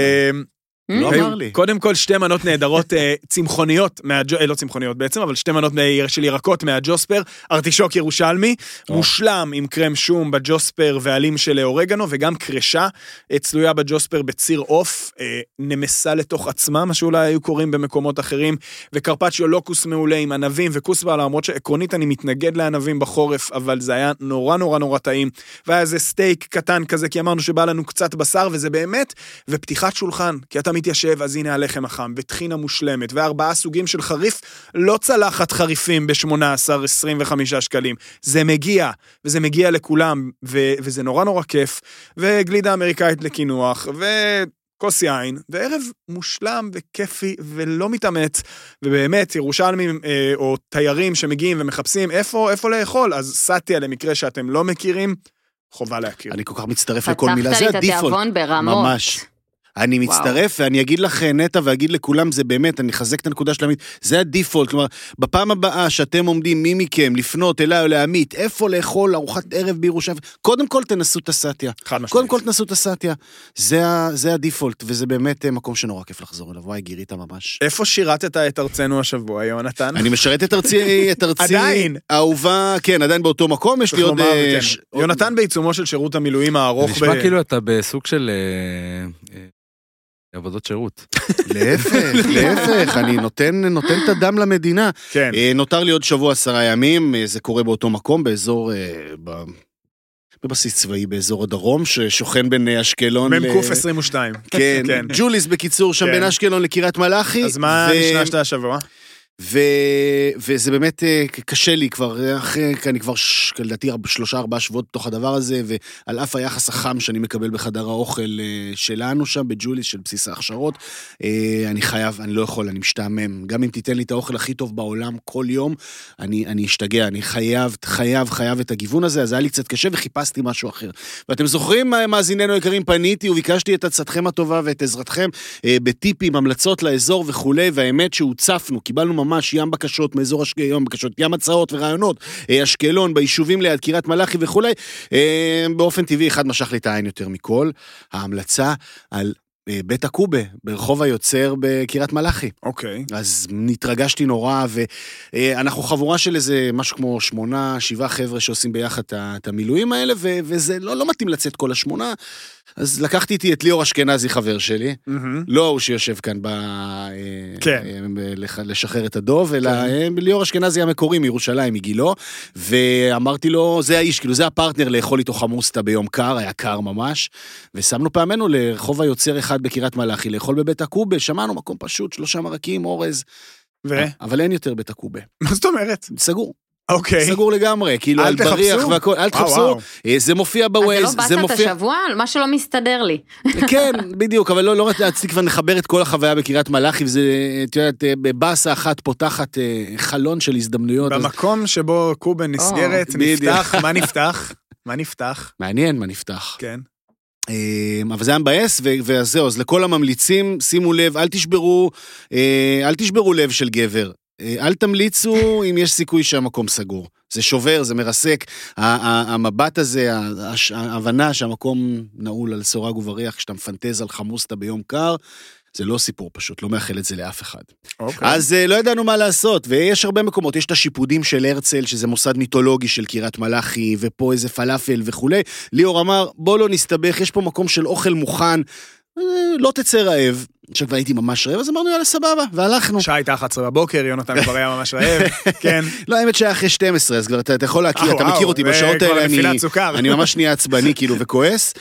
S2: לא אמר לי.
S1: קודם כל שתי מנות נהדרות צמחוניות, לא צמחוניות בעצם, אבל שתי מנות של ירקות מהג'וספר, ארטישוק ירושלמי, מושלם עם קרם שום בג'וספר ועלים של אורגנו, וגם קרשה צלויה בג'וספר בציר אוף, נמסה לתוך עצמה, מה שאולי היו קוראים במקומות אחרים, וקרפצ'יו לוקוס מעולה עם ענבים וקוסבה, למרות שעקרונית אני מתנגד לענבים בחורף, אבל זה היה נורא נורא נורא טעים, והיה איזה סטייק קטן כזה, כי אמרנו שבא לנו קצת בשר, וזה באמת, ופתיחת שולחן, כי אתה מתיישב, אז הנה הלחם החם, וטחינה מושלמת, וארבעה סוגים של חריף, לא צלחת חריפים ב-שמונה עשרה עשרים וחמישה שקלים. זה מגיע, וזה מגיע לכולם, ו- וזה נורא נורא כיף, וגלידה אמריקאית לקינוח, וכוס יין, וערב מושלם וכיפי, ולא מתאמץ, ובאמת, ירושלמים אה, או תיירים שמגיעים ומחפשים איפה, איפה לאכול, אז סטיה למקרה שאתם לא מכירים, חובה להכיר.
S2: אני כל כך מצטרף לכל מילה, זה הדיפולט.
S4: פתחת לי את התיאבון ברמות.
S2: ממש. אני מצטרף, ואני אגיד לך נטע, ואגיד לכולם, זה באמת, אני חזק את הנקודה של עמית, זה הדיפולט, כלומר, בפעם הבאה שאתם עומדים, מי מכם, לפנות אליי או לעמית, איפה לאכול ארוחת ערב בירושלים, קודם כל תנסו את הסטיה. קודם כל תנסו את הסטיה. זה, זה הדיפולט, וזה באמת מקום שנורא כיף לחזור אליו. וואי, גירית ממש.
S1: איפה שירתת את ארצנו השבוע, יונתן?
S2: אני משרת את ארצי, את ארצי,
S1: עדיין.
S2: אהובה, כן, עדיין באותו מקום, יש לי עוד...
S1: יונתן בעיצומו של שירות המילואים הארוך.
S5: נשמע כאילו אתה בסוג של... עבודות שירות.
S2: להפך, להפך, אני נותן, נותן את הדם למדינה.
S1: כן.
S2: נותר לי עוד שבוע עשרה ימים, זה קורה באותו מקום, באזור, בבסיס צבאי, באזור הדרום, ששוכן בין אשקלון...
S1: ממקוף עשרים ושתיים.
S2: כן, ג'וליס בקיצור, שם בין אשקלון לקריית מלאכי.
S1: אז מה נשנשת השבוע?
S2: ו... וזה באמת קשה לי כבר, אחרי, אני כבר לדעתי שלושה ארבעה שבועות בתוך הדבר הזה, ועל אף היחס החם שאני מקבל בחדר האוכל שלנו שם, בג'וליס, של בסיס ההכשרות, אני חייב, אני לא יכול, אני משתעמם. גם אם תיתן לי את האוכל הכי טוב בעולם כל יום, אני, אני אשתגע, אני חייב, חייב, חייב את הגיוון הזה, אז היה לי קצת קשה וחיפשתי משהו אחר. ואתם זוכרים, מאזיננו יקרים, פניתי וביקשתי את עצתכם הטובה ואת עזרתכם בטיפים, המלצות לאזור וכו', והאמת שהוצפנו, קיבלנו ממש ים בקשות מאזור ים בקשות, ים הצעות ורעיונות, אשקלון, ביישובים ליד קריית מלאכי וכו'. באופן טבעי, אחד משך לי את העין יותר מכל, ההמלצה על בית הקובה, ברחוב היוצר בקירת מלאכי.
S1: אוקיי.
S2: אז נתרגשתי נורא, ואנחנו חבורה של איזה משהו כמו שמונה, שבעה חבר'ה שעושים ביחד את המילואים האלה, וזה לא, לא מתאים לצאת כל השמונה, אז לקחתי איתי את ליאור אשכנזי חבר שלי, לא הוא שיושב כאן לשחרר את הדוב, אלא ליאור אשכנזי המקורי מירושלים, מגילו, ואמרתי לו, זה האיש, כאילו זה הפרטנר לאכול איתו חמוסטה ביום קר, היה קר ממש, ושמנו פעמנו לרחוב היוצר אחד בקירת מלאכי, לאכול בבית הקובה, שמענו מקום פשוט, שלושה מרקים, אורז, אבל אין יותר בית הקובה.
S1: מה זאת אומרת?
S2: סגור.
S1: אוקיי.
S2: סגור לגמרי, כאילו על בריח והכל, אל תחפשו, זה מופיע בווייז,
S4: אז זה לא באת את השבוע, מה שלא מסתדר לי.
S2: כן, בדיוק, אבל לא רציתי כבר נחבר את כל החוויה בקירת מלאכי, וזה, את יודעת, בבאסה אחת פותחת חלון של הזדמנויות.
S1: במקום שבו קובה נסגרת, נפתח, מה נפתח? מה נפתח?
S2: מעניין מה נפתח.
S1: כן.
S2: אבל זה היה מבאס, וזהו, אז לכל הממליצים, שימו לב, אל תשברו, אל תשברו לב של גבר. אל תמליצו אם יש סיכוי שהמקום סגור. זה שובר, זה מרסק. המבט הזה, ההבנה שהמקום נעול על סורג ובריח, כשאתה מפנטז על חמוסטה ביום קר, זה לא סיפור פשוט, לא מאחל את זה לאף אחד. Okay. אז לא ידענו מה לעשות, ויש הרבה מקומות, יש את השיפודים של הרצל, שזה מוסד מיתולוגי של קירת מלאכי, ופה איזה פלאפל וכו'. ליאור אמר, בוא לא נסתבך, יש פה מקום של אוכל מוכן, לא תצא רעב. עכשיו כבר הייתי ממש רעב, אז אמרנו, יאללה, סבבה, והלכנו.
S1: שעה הייתה אחת עשרה בבוקר, יונתן כבר היה ממש רעב, כן.
S2: לא, האמת שהיה אחרי שתים עשרה, אז כבר אתה יכול להכיר, אתה מכיר אותי, בשעות האלה אני ממש נהיה עצבני, כאילו, וכועס,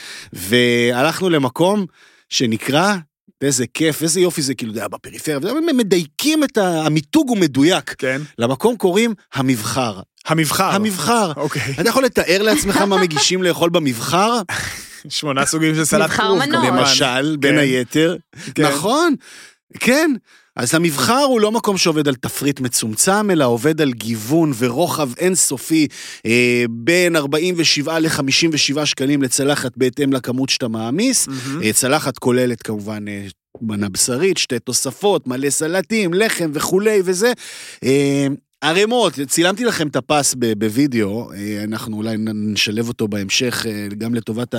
S2: והלכנו למקום שנקרא, איזה כיף, איזה יופי זה, כאילו, זה היה בפריפריה, והם מדייקים את המיתוג ומדויק.
S1: כן.
S2: למקום קוראים המבחר.
S1: המבחר.
S2: המבחר.
S1: אוקיי.
S2: אתה יכול לתאר לעצמך מה מגישים לאכול במבחר?
S1: שמונה סוגים של סלט כרוב.
S2: למשל, בין היתר. נכון, כן. אז המבחר הוא לא מקום שעובד על תפריט מצומצם, אלא עובד על גיוון ורוחב אינסופי, אה, בין ארבעים ושבע ל-חמישים ושבעה שקלים לצלחת בהתאם לכמות שאתה מעמיס. Mm-hmm. אה, צלחת כוללת כמובן אה, מנה בשרית, שתי תוספות, מלא סלטים, לחם וכולי וזה. אה, הרמות, צילמתי לכם את הפס בווידאו, אנחנו אולי נשלב אותו בהמשך, גם לטובת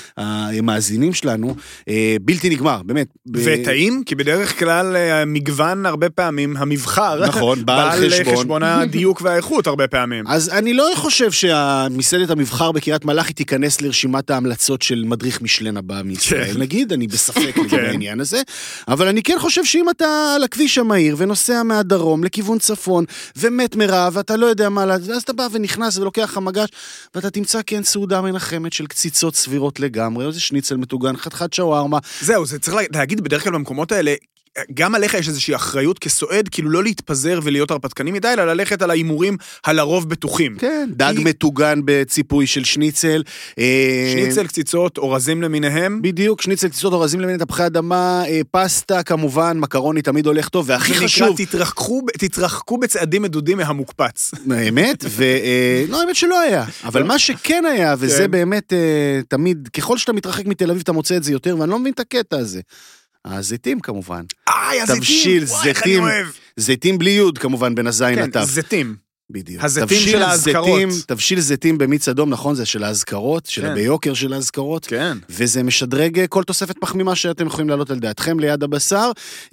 S2: המאזינים שלנו, בלתי נגמר, באמת.
S1: וטעים, כי בדרך כלל המגוון הרבה פעמים, המבחר,
S2: נכון, בעל חשבון.
S1: בעל חשבון הדיוק והאיכות הרבה פעמים.
S2: אז אני לא חושב שהמסעדת המבחר בקירת מלאכי תיכנס לרשימת ההמלצות של מדריך משלן הבא מישראל, נגיד, אני בספק לגבי העניין הזה, אבל אני כן חושב שאם אתה על הכביש המהיר ונוסע מהדרום לכיוון צפון, מת מרעב, ואתה לא יודע מה, אז אתה בא ונכנס ולוקח המגש, ואתה תמצא כן סעודה מנחמת של קציצות סבירות לגמרי, או זה שניצל מטוגן, חתיכת שווארמה.
S1: זהו, זה צריך להגיד בדרך כלל במקומות האלה, גם עליך יש איזושהי אחריות כסועד, כאילו לא להתפזר ולהיות הרפתקני מדי, אלא ללכת על האימורים הלרוב בטוחים.
S2: כן, דג כי... מטוגן בציפוי של שניצל.
S1: שניצל, קציצות, אורזים למיניהם.
S2: בדיוק, שניצל, קציצות, אורזים למיניהם, תפוחי אדמה, פסטה, כמובן, מקרוני תמיד הולך טוב, והכי חשוב...
S1: תתרחקו, תתרחקו בצעדים מדודים מהמוקפץ.
S2: האמת, ו... לא, האמת שלא היה. אבל מה שכן היה, וזה באמת תמיד, ככל שאתה מתרחק מתל אביב, אתה מוצא את זה יותר, ואני לא מבין את הקטע הזה. הזיתים כמובן.
S1: איי, הזיתים,
S2: תבשיל זיתים, זיתים בלי יוד כמובן בין הזין לתו.
S1: כן, זיתים.
S2: בדיוק.
S1: הזיתים של ההזכרות.
S2: תבשיל זיתים במיץ אדום, נכון, זה של ההזכרות, של הביוקר של ההזכרות.
S1: כן.
S2: וזה משדרג כל תוספת פחמימה שאתם יכולים לעלות על דעתכם ליד הבשר.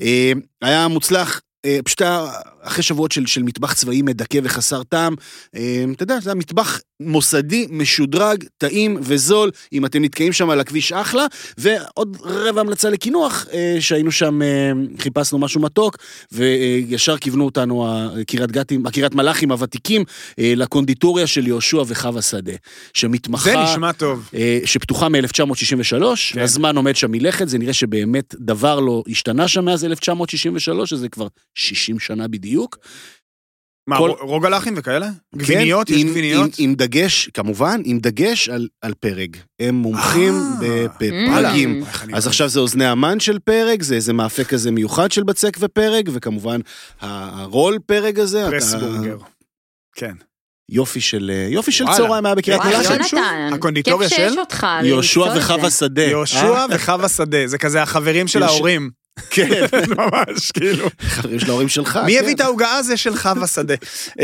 S2: היה מוצלח, פשוט אחרי שבועות של, של מטבח צבאי מדכא וחסר טעם, אתה יודע, זה היה מטבח מוסדי, משודרג, טעים וזול, אם אתם נתקעים שם על הכביש אחלה, ועוד רבע המלצה לכינוח, שהיינו שם, חיפשנו משהו מתוק, וישר כיוונו אותנו, הקירת גתים, הקירת מלאכים הוותיקים, לקונדיטוריה של יהושע וחווה שדה, שמתמחה...
S1: זה נשמע טוב.
S2: שפתוחה מ-אלף תשע מאות שישים ושלוש, כן. הזמן עומד שם מלכת, זה נראה שבאמת דבר לא השתנה שם מאז אלף תשע מאות שישים ושלוש, שזה כבר שישים שנה בדיוק.
S1: מה, כל... רוגלחים וכאלה? גביניות?
S2: כן,
S1: יש
S2: עם,
S1: גביניות?
S2: עם, עם דגש, כמובן, עם דגש על, על פרג. הם מומחים בפרגים. אז עכשיו זה אוזני המן של פרג, זה איזה מאפה כזה מיוחד של בצק ופרג, וכמובן, הרול פרג הזה.
S1: פרסבורגר. כן.
S2: יופי של, יופי של צהריים היה בקריית מלאכי.
S1: הקונדיטוריה של?
S2: יהושע וחווה שדה.
S1: יהושע וחווה שדה, זה כזה החברים של ההורים.
S2: כן.
S1: ממש, כאילו.
S2: חברים של ההורים שלך.
S1: מי הביא את ההוגה הזה שלך בשדה?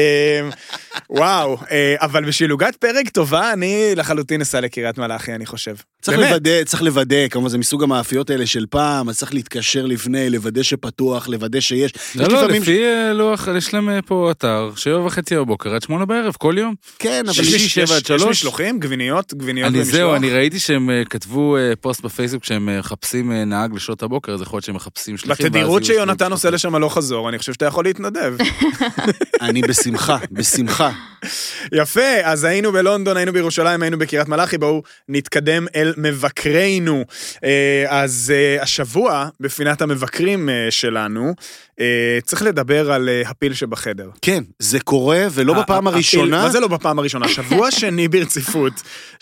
S1: וואו, אבל בשביל הוגת פרק טובה, אני לחלוטין אסע לקריית מלאכי, אני חושב.
S2: צריך לוודא, צריך לוודא, כמובן זה מסוג המאפיות האלה של פעם, אז צריך להתקשר לפני, לוודא שפתוח, לוודא שיש.
S5: לא, לא, לפי לוח, יש להם פה אתר, שבע וחצי בבוקר, עד שמונה בערב, כל יום.
S2: כן, אבל
S1: יש משלוחים, גביניות, גביניות
S5: במשלוח. זהו, אני ראיתי שהם כתבו פוסט בפייסבוק, שהם מחפשים נהג לשעות הבוקר, אז יכול להיות שהם מחפשים שליחים.
S1: בתדירות שיונתן עושה לשם הלוך חזור, אני חושב שאתה יכול להתנדב.
S2: אני בשמחה, בשמחה.
S1: יפה, אז היינו בלונדון, היינו בירושלים, היינו בקריית מלאכי, בואו נתקדם אל מבקרינו. אז השבוע, בפינת המבקרים שלנו, צריך לדבר על הפיל שבחדר.
S2: כן, זה קורה, ולא בפעם הראשונה.
S1: מה זה לא בפעם הראשונה? שבוע שני ברציפות,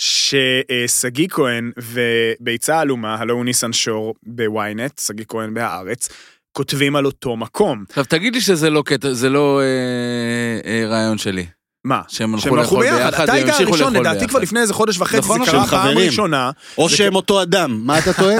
S1: שסגי כהן וביצה אלומה, הלא הוא ניסן שור בוויינט, סגי כהן בהארץ, כותבים על אותו מקום.
S5: עכשיו תגיד לי שזה לא קטע, זה לא רעיון שלי.
S1: מה?
S5: שהם הלכו לאכול ביחד,
S1: אתה היית הראשון, לדעתי כבר לפני איזה חודש וחצי, זה קרה פעם ראשונה.
S2: או שהם אותו אדם, מה אתה טוען?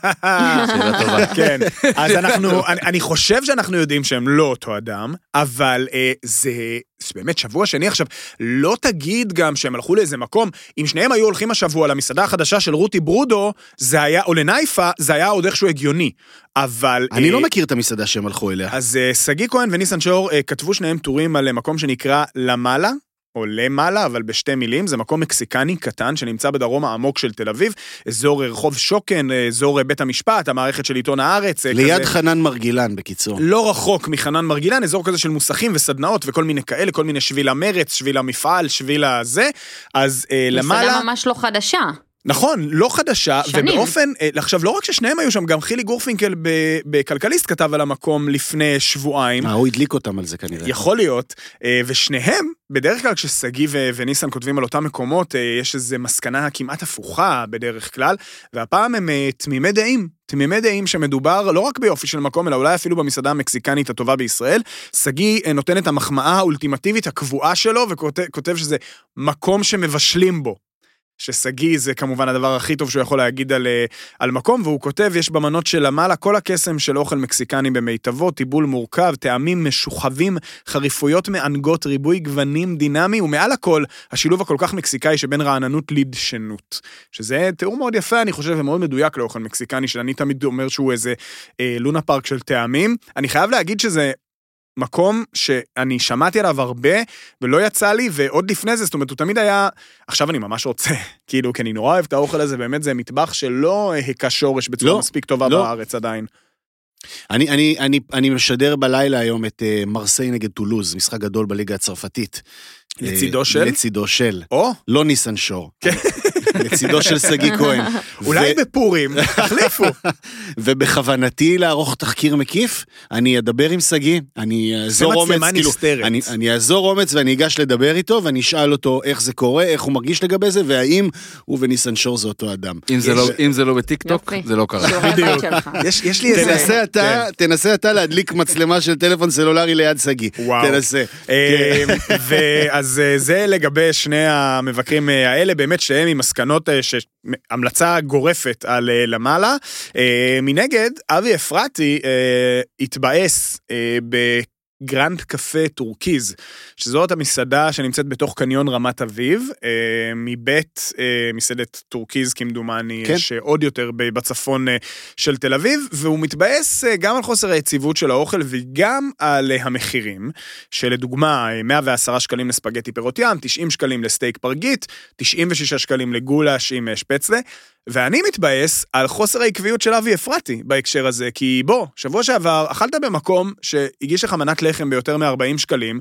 S5: שאלה טובה.
S1: כן, אז אנחנו, אני חושב שאנחנו יודעים שהם לא אותו אדם, אבל זה באמת שבוע שני עכשיו, לא תגיד גם שהם הלכו לאיזה מקום, אם שניהם היו הולכים השבוע למסעדה החדשה של רותי ברודו, זה היה, או לנייפה, זה היה עוד איכשהו הגיוני, אבל...
S2: אני לא מכיר את המסעדה שהם הלכו אליה.
S1: אז סגי כהן וניסן שור כתבו שניהם טורים על מקום שנקרא למעלה, או למעלה, אבל בשתי מילים, זה מקום מקסיקני קטן, שנמצא בדרום העמוק של תל אביב, אזור רחוב שוקן, אזור בית המשפט, המערכת של עיתון הארץ.
S2: ליד כזה... חנן מרגילן, בקיצור.
S1: לא רחוק מחנן מרגילן, אזור כזה של מוסכים וסדנאות, וכל מיני כאלה, כל מיני שביל המרץ, שביל המפעל, שביל הזה, אז אה, למעלה...
S4: מסעדה ממש לא חדשה.
S1: נכון, לא חדשה,
S4: שנים.
S1: ובאופן, עכשיו, לא רק ששניהם היו שם, גם חילי גורפינקל בכלכליסט כתב על המקום לפני שבועיים.
S2: אה, הוא הדליק אותם על זה כנראה.
S1: יכול להיות, ושניהם, בדרך כלל כשסגי וניסן כותבים על אותם מקומות, יש איזו מסקנה כמעט הפוכה בדרך כלל, והפעם הם תמימי דעים, תמימי דעים שמדובר לא רק ביופי של מקום, אלא אולי אפילו במסעדה המקסיקנית הטובה בישראל. סגי נותן את המחמאה האולטימטיבית הקבועה שלו, וכותב שזה מקום שמבשלים בו. שסגי זה כמובן הדבר הכי טוב שהוא יכול להגיד על, על מקום, והוא כותב, יש במנות של למעלה כל הקסם של אוכל מקסיקני במיטבו, טיבול מורכב, טעמים משוחבים, חריפויות מענגות, ריבוי גוונים דינמי, ומעל הכל, השילוב הכל כך מקסיקאי שבין רעננות לדשנות. שזה תיאור מאוד יפה, אני חושב, ומאוד מדויק לאוכל מקסיקני, שאני תמיד אומר שהוא איזה אה, לונה פארק של טעמים. אני חייב להגיד שזה מקום שאני שמעתי עליו הרבה, ולא יצא לי, ועוד לפני זה, זאת אומרת, הוא תמיד היה, עכשיו אני ממש רוצה, כאילו, כי אני נורא אוהב את האוכל הזה, באמת זה מטבח שלא הכה שורש בצורה לא, מספיק טובה לא. בארץ עדיין.
S2: אני, אני, אני, אני משדר בלילה היום את uh, מרסיי נגד טולוז, משחק גדול בליגה הצרפתית.
S1: לצידו של?
S2: לצידו של.
S1: או?
S2: לא ניסן שור. כן. לצידו של סגי כהן.
S1: אולי בפורים, תחליפו.
S2: ובכוונתי לערוך תחקיר מקיף, אני אדבר עם סגי, אני אעזור אומץ, אני, אני אעזור אומץ ואני אגש לדבר איתו, ואני אשאל אותו איך זה קורה, איך הוא מרגיש לגבי זה, והאם הוא וניסן שור זה אותו אדם.
S5: אם זה לא, אם זה לא בטיקטוק, זה לא קרה.
S1: בדיוק. יש, יש לי איזה...
S2: תנסה אתה, תנסה אתה להדליק מצלמה של טלפון סלולרי ליד סגי.
S1: וואו.
S2: תנסה.
S1: ואז זה לגבי שני המבקרים האלה, באמת שהם עם מסקנות המלצה גורפת על למעלה. מנגד, אבי אפרתי התבאס בגרנד קפה טורקיז, שזאת המסעדה שנמצאת בתוך קניון רמת אביב, מבית מסעדת טורקיז כמדומני, כן. שעוד יותר בצפון של תל אביב, והוא מתבאס גם על חוסר היציבות של האוכל, וגם על המחירים, שלדוגמה, מאה ועשרה שקלים לספגטי פירות ים, תשעים שקלים לסטייק פרגית, תשעים ושישה שקלים לגולש עם שפצלה, ואני מתבאס על חוסר העקביות של אבי אפרתי בהקשר הזה, כי בוא, שבוע שעבר, אכלת במקום שהגיש לך מנת לחם ביותר מ-ארבעים שקלים,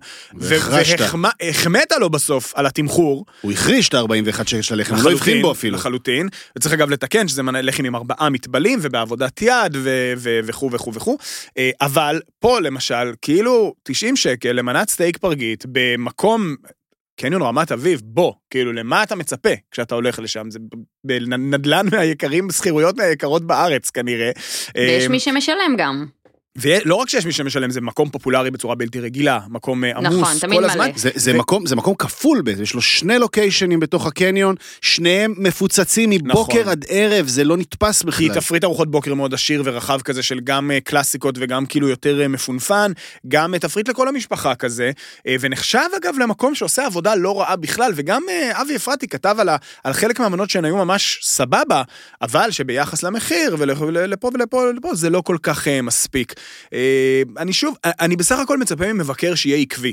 S1: והחמאת לו בסוף על התמחור.
S2: הוא הכריש את ה-ארבעים ואחד שקל של הלחם, הוא לא הבחין בו אפילו.
S1: לחלוטין, וצריך אגב לתקן שזה מנה לחם עם ארבעה מטבלים, ובעבודת יד, וכו' וכו' וכו'. אבל פה למשל, כאילו תשעים שקל למנת סטייק פרגית, במקום... קניון רמת אביב, בוא, כאילו, למה אתה מצפה כשאתה הולך לשם? זה בנדלן מהיקרים, סחירויות מהיקרות בארץ, כנראה.
S4: ויש מי שמשלם גם.
S1: ולא רק שיש מי שמשלם, זה מקום פופולרי בצורה בלתי רגילה, מקום עמוס כל הזמן.
S2: זה מקום, זה מקום כפול בזה, יש לו שני לוקיישנים בתוך הקניון, שניהם מפוצצים מבוקר עד ערב, זה לא נתפס בכלל.
S1: כי תפריט ארוחות בוקר מאוד עשיר ורחב כזה, של גם קלאסיקות וגם כאילו יותר מפונפן, גם תפריט לכל המשפחה כזה, ונחשב אגב למקום שעושה עבודה לא רעה בכלל, וגם אבי אפרתי כתב על, על חלק מהמנות שהן היו ממש סבבה, אבל שביחס למחיר ולפה ולפה ולפה, זה לא כל כך מספיק. אני שוב, אני בסך הכל מצפה ממבקר שיהיה עקבי,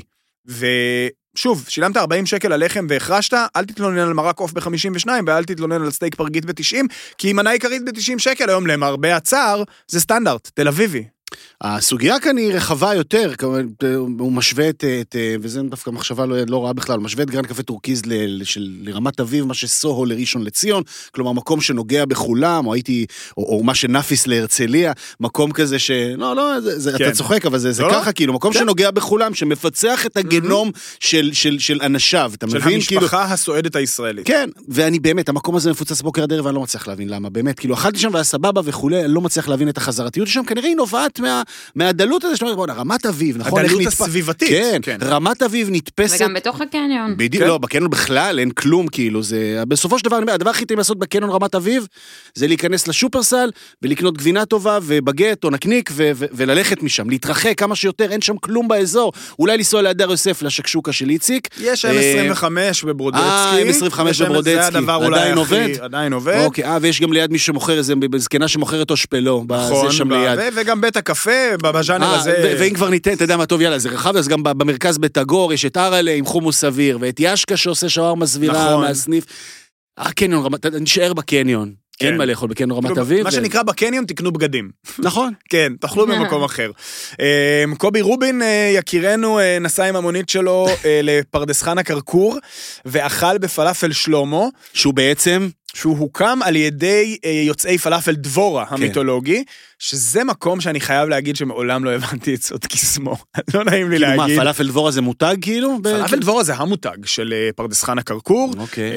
S1: ושוב, שילמת ארבעים שקל על לחם והחרשת, אל תתלונן על מרק עוף ב-חמישים ושתיים, ואל תתלונן על סטייק פרגית ב-תשעים, כי מנה עיקרית ב-תשעים שקל היום למרבה הצער, זה סטנדרט, תל אביבי.
S2: הסוגיה כאן היא רחבה יותר, הוא משווה את, את וזה דווקא מחשבה לא, לא רעה בכלל, הוא משווה את גרנד קפה טורקיז ל, של, לרמת אביב, מה שסוהו לראשון לציון, כלומר מקום שנוגע בכולם, או הייתי, או, או מה שנפיס להרצליה, מקום כזה ש... לא, לא, זה, זה, כן. אתה צוחק, אבל זה, זה לא, ככה, לא. כאילו, מקום כן. שנוגע בכולם, שמפצח את הגנום mm-hmm. של, של, של אנשיו, אתה
S1: של
S2: מבין?
S1: של המשפחה
S2: כאילו...
S1: הסועדת הישראלית.
S2: כן, ואני באמת, המקום הזה מפוצץ בוקר עד ערב, אני לא מצליח להבין למה, באמת, כאילו, אכלתי שם והיה סבבה וכולי, אני לא מצליח להבין את החזרתיות שם, כנראה היא נובעת מה, מהדלות הזה, שאומרת, בוא, רמת אביב, נכון?
S1: הדלות הסביבתית.
S2: כן, כן, רמת אביב נתפסת...
S4: וגם בתוך הקניון.
S2: בדיוק, כן. לא, בקניון בכלל אין כלום, כאילו, זה... בסופו של דבר, הדבר הכי טעים לעשות בקניון רמת אביב, זה להיכנס לשופרסל, ולקנות גבינה טובה, ובגט, או נקניק, ו- ו- וללכת משם, להתרחק כמה שיותר, אין שם כלום באזור, אולי לנסוע להדר יוסף, לשקשוקה של איציק.
S1: יש אם עשרים וחמש בברודצקי.
S2: אה, אם עשרים וחמש בברודצקי. עדיין עובד?
S1: עדיין עובד.
S2: אוקיי, אה, ויש גם ליד מי שמוכר, איזה זקנה שמוכרת או שפלו,
S1: נכון,
S2: שם ליד.
S1: וגם בית הקפה, בז'אנר הזה.
S2: ואם כבר ניתן, אתה יודע מה טוב, יאללה, זה רחב, אז גם במרכז בתגור, יש את ארלה עם חומוס סביר, ואת ישקה שעושה שווארמה סבירה מהסניף. הקניון, נשאר בקניון. אין מה לאכול בקניון רמת אביב.
S1: מה שנקרא בקניון, תקנו בגדים.
S2: נכון.
S1: כן, תאכלו במקום אחר. קובי רובין, יקירנו, נסע עם המונית שלו לפרדס חנה כרכור, ואכל בפלאפל שלמה.
S2: שהוא בעצם...
S1: שהוא הוקם על ידי יוצאי פלאפל דבורה המיתולוגי, שזה מקום שאני חייב להגיד שמעולם לא הבנתי את סוד קסמו. לא נעים לי להגיד.
S2: מה, פלאפל דבורה זה מותג כאילו?
S1: פלאפל דבורה זה המותג של פרדס חנה כרכור.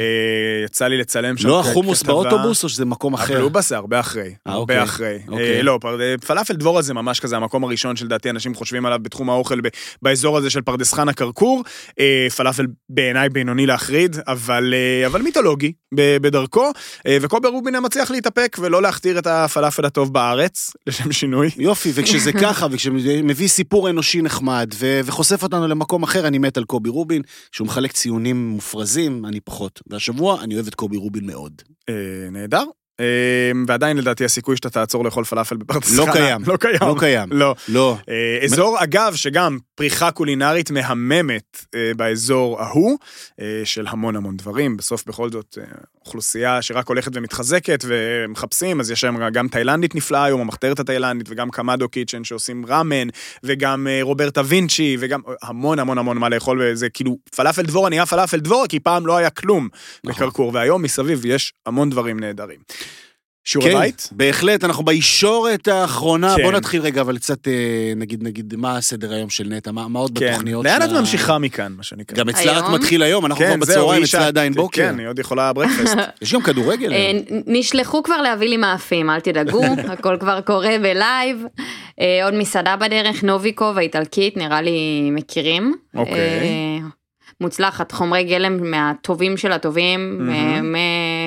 S1: יצא לי לצלם שם.
S2: לא החומוס באוטובוס או שזה מקום אחר?
S1: הפלובס זה הרבה אחרי. הרבה אחרי. לא, פלאפל דבורה זה ממש כזה המקום הראשון שלדעתי אנשים חושבים עליו בתחום האוכל באזור הזה של פרדס חנה כרכור. פלאפל בעיניי בינוני להחריד, אבל מיתולוגי בדרכו. וקובי רובין מצליח להתאפק ולא להכתיר את הפלאפל הטוב בארץ, לשם שינוי.
S2: יופי, וכשזה ככה, וכשמביא סיפור אנושי נחמד, וחושף אותנו למקום אחר, אני מת על קובי רובין, שהוא מחלק ציונים מופרזים, אני פחות. והשבוע אני אוהב את קובי רובין מאוד.
S1: נהדר. ועדיין לדעתי הסיכוי שאתה תעצור לאכול פלאפל בפרדס חנה.
S2: לא קיים.
S1: לא קיים.
S2: לא קיים.
S1: לא.
S2: לא.
S1: אזור אגב שגם פריחה קולינרית מהממת באזור ההוא, של המון המון דברים, בסוף בכל זאת אוכלוסייה שרק הולכת ומתחזקת ומחפשים, אז יש שם גם תאילנדית נפלאה היום, המחתרת התאילנדית, וגם קמאדו קיצ'ן שעושים רמן, וגם רוברטה וינצ'י, וגם המון המון המון מה לאכול, וזה כאילו פלאפל דבורה נהיה פלאפל דבורה, כי פעם לא היה כלום בקרקור, והיום מסביב יש המון דברים נהדרים. שיעורי בית?
S2: בהחלט, אנחנו בישורת האחרונה, בוא נתחיל רגע, אבל קצת נגיד, נגיד, מה הסדר היום של נטע, מה עוד בתוכניות?
S1: לאן את ממשיכה מכאן, מה שנקרא?
S2: גם אצלה רק מתחיל היום, אנחנו כבר בצהריים, אצלה עדיין בוקר.
S1: כן, היא עוד יכולה ברקפסט.
S2: יש גם כדורגל.
S4: נשלחו כבר להביא לי מאפים, אל תדאגו, הכל כבר קורה בלייב. עוד מסעדה בדרך, נוביקוב, האיטלקית, נראה לי מכירים.
S1: אוקיי.
S4: מוצלחת, חומרי גלם מהטובים של הטובים, מ...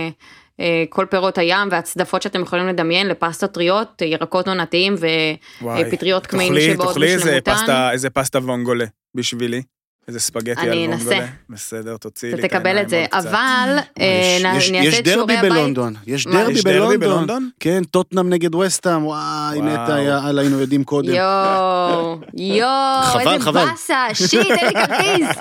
S4: כל פירות הים והצדפות שאתם יכולים לדמיין לפסטה טריות, ירקות עונתיים ופטריות קמין שבאות בשלמותן.
S1: תאכלי איזה פסטה וונגולה בשבילי. איזה ספגטי על וונגולה. בסדר, תוציאי לי.
S4: אתה תקבל את זה, אבל
S2: יש דרבי בלונדון. יש דרבי בלונדון? כן, טוטנאם נגד וסטהאם. וואי, נטע, יאללה, היינו יודעים קודם.
S4: יואו, יואו, איזה באסה, שיט, אין לי כרטיס.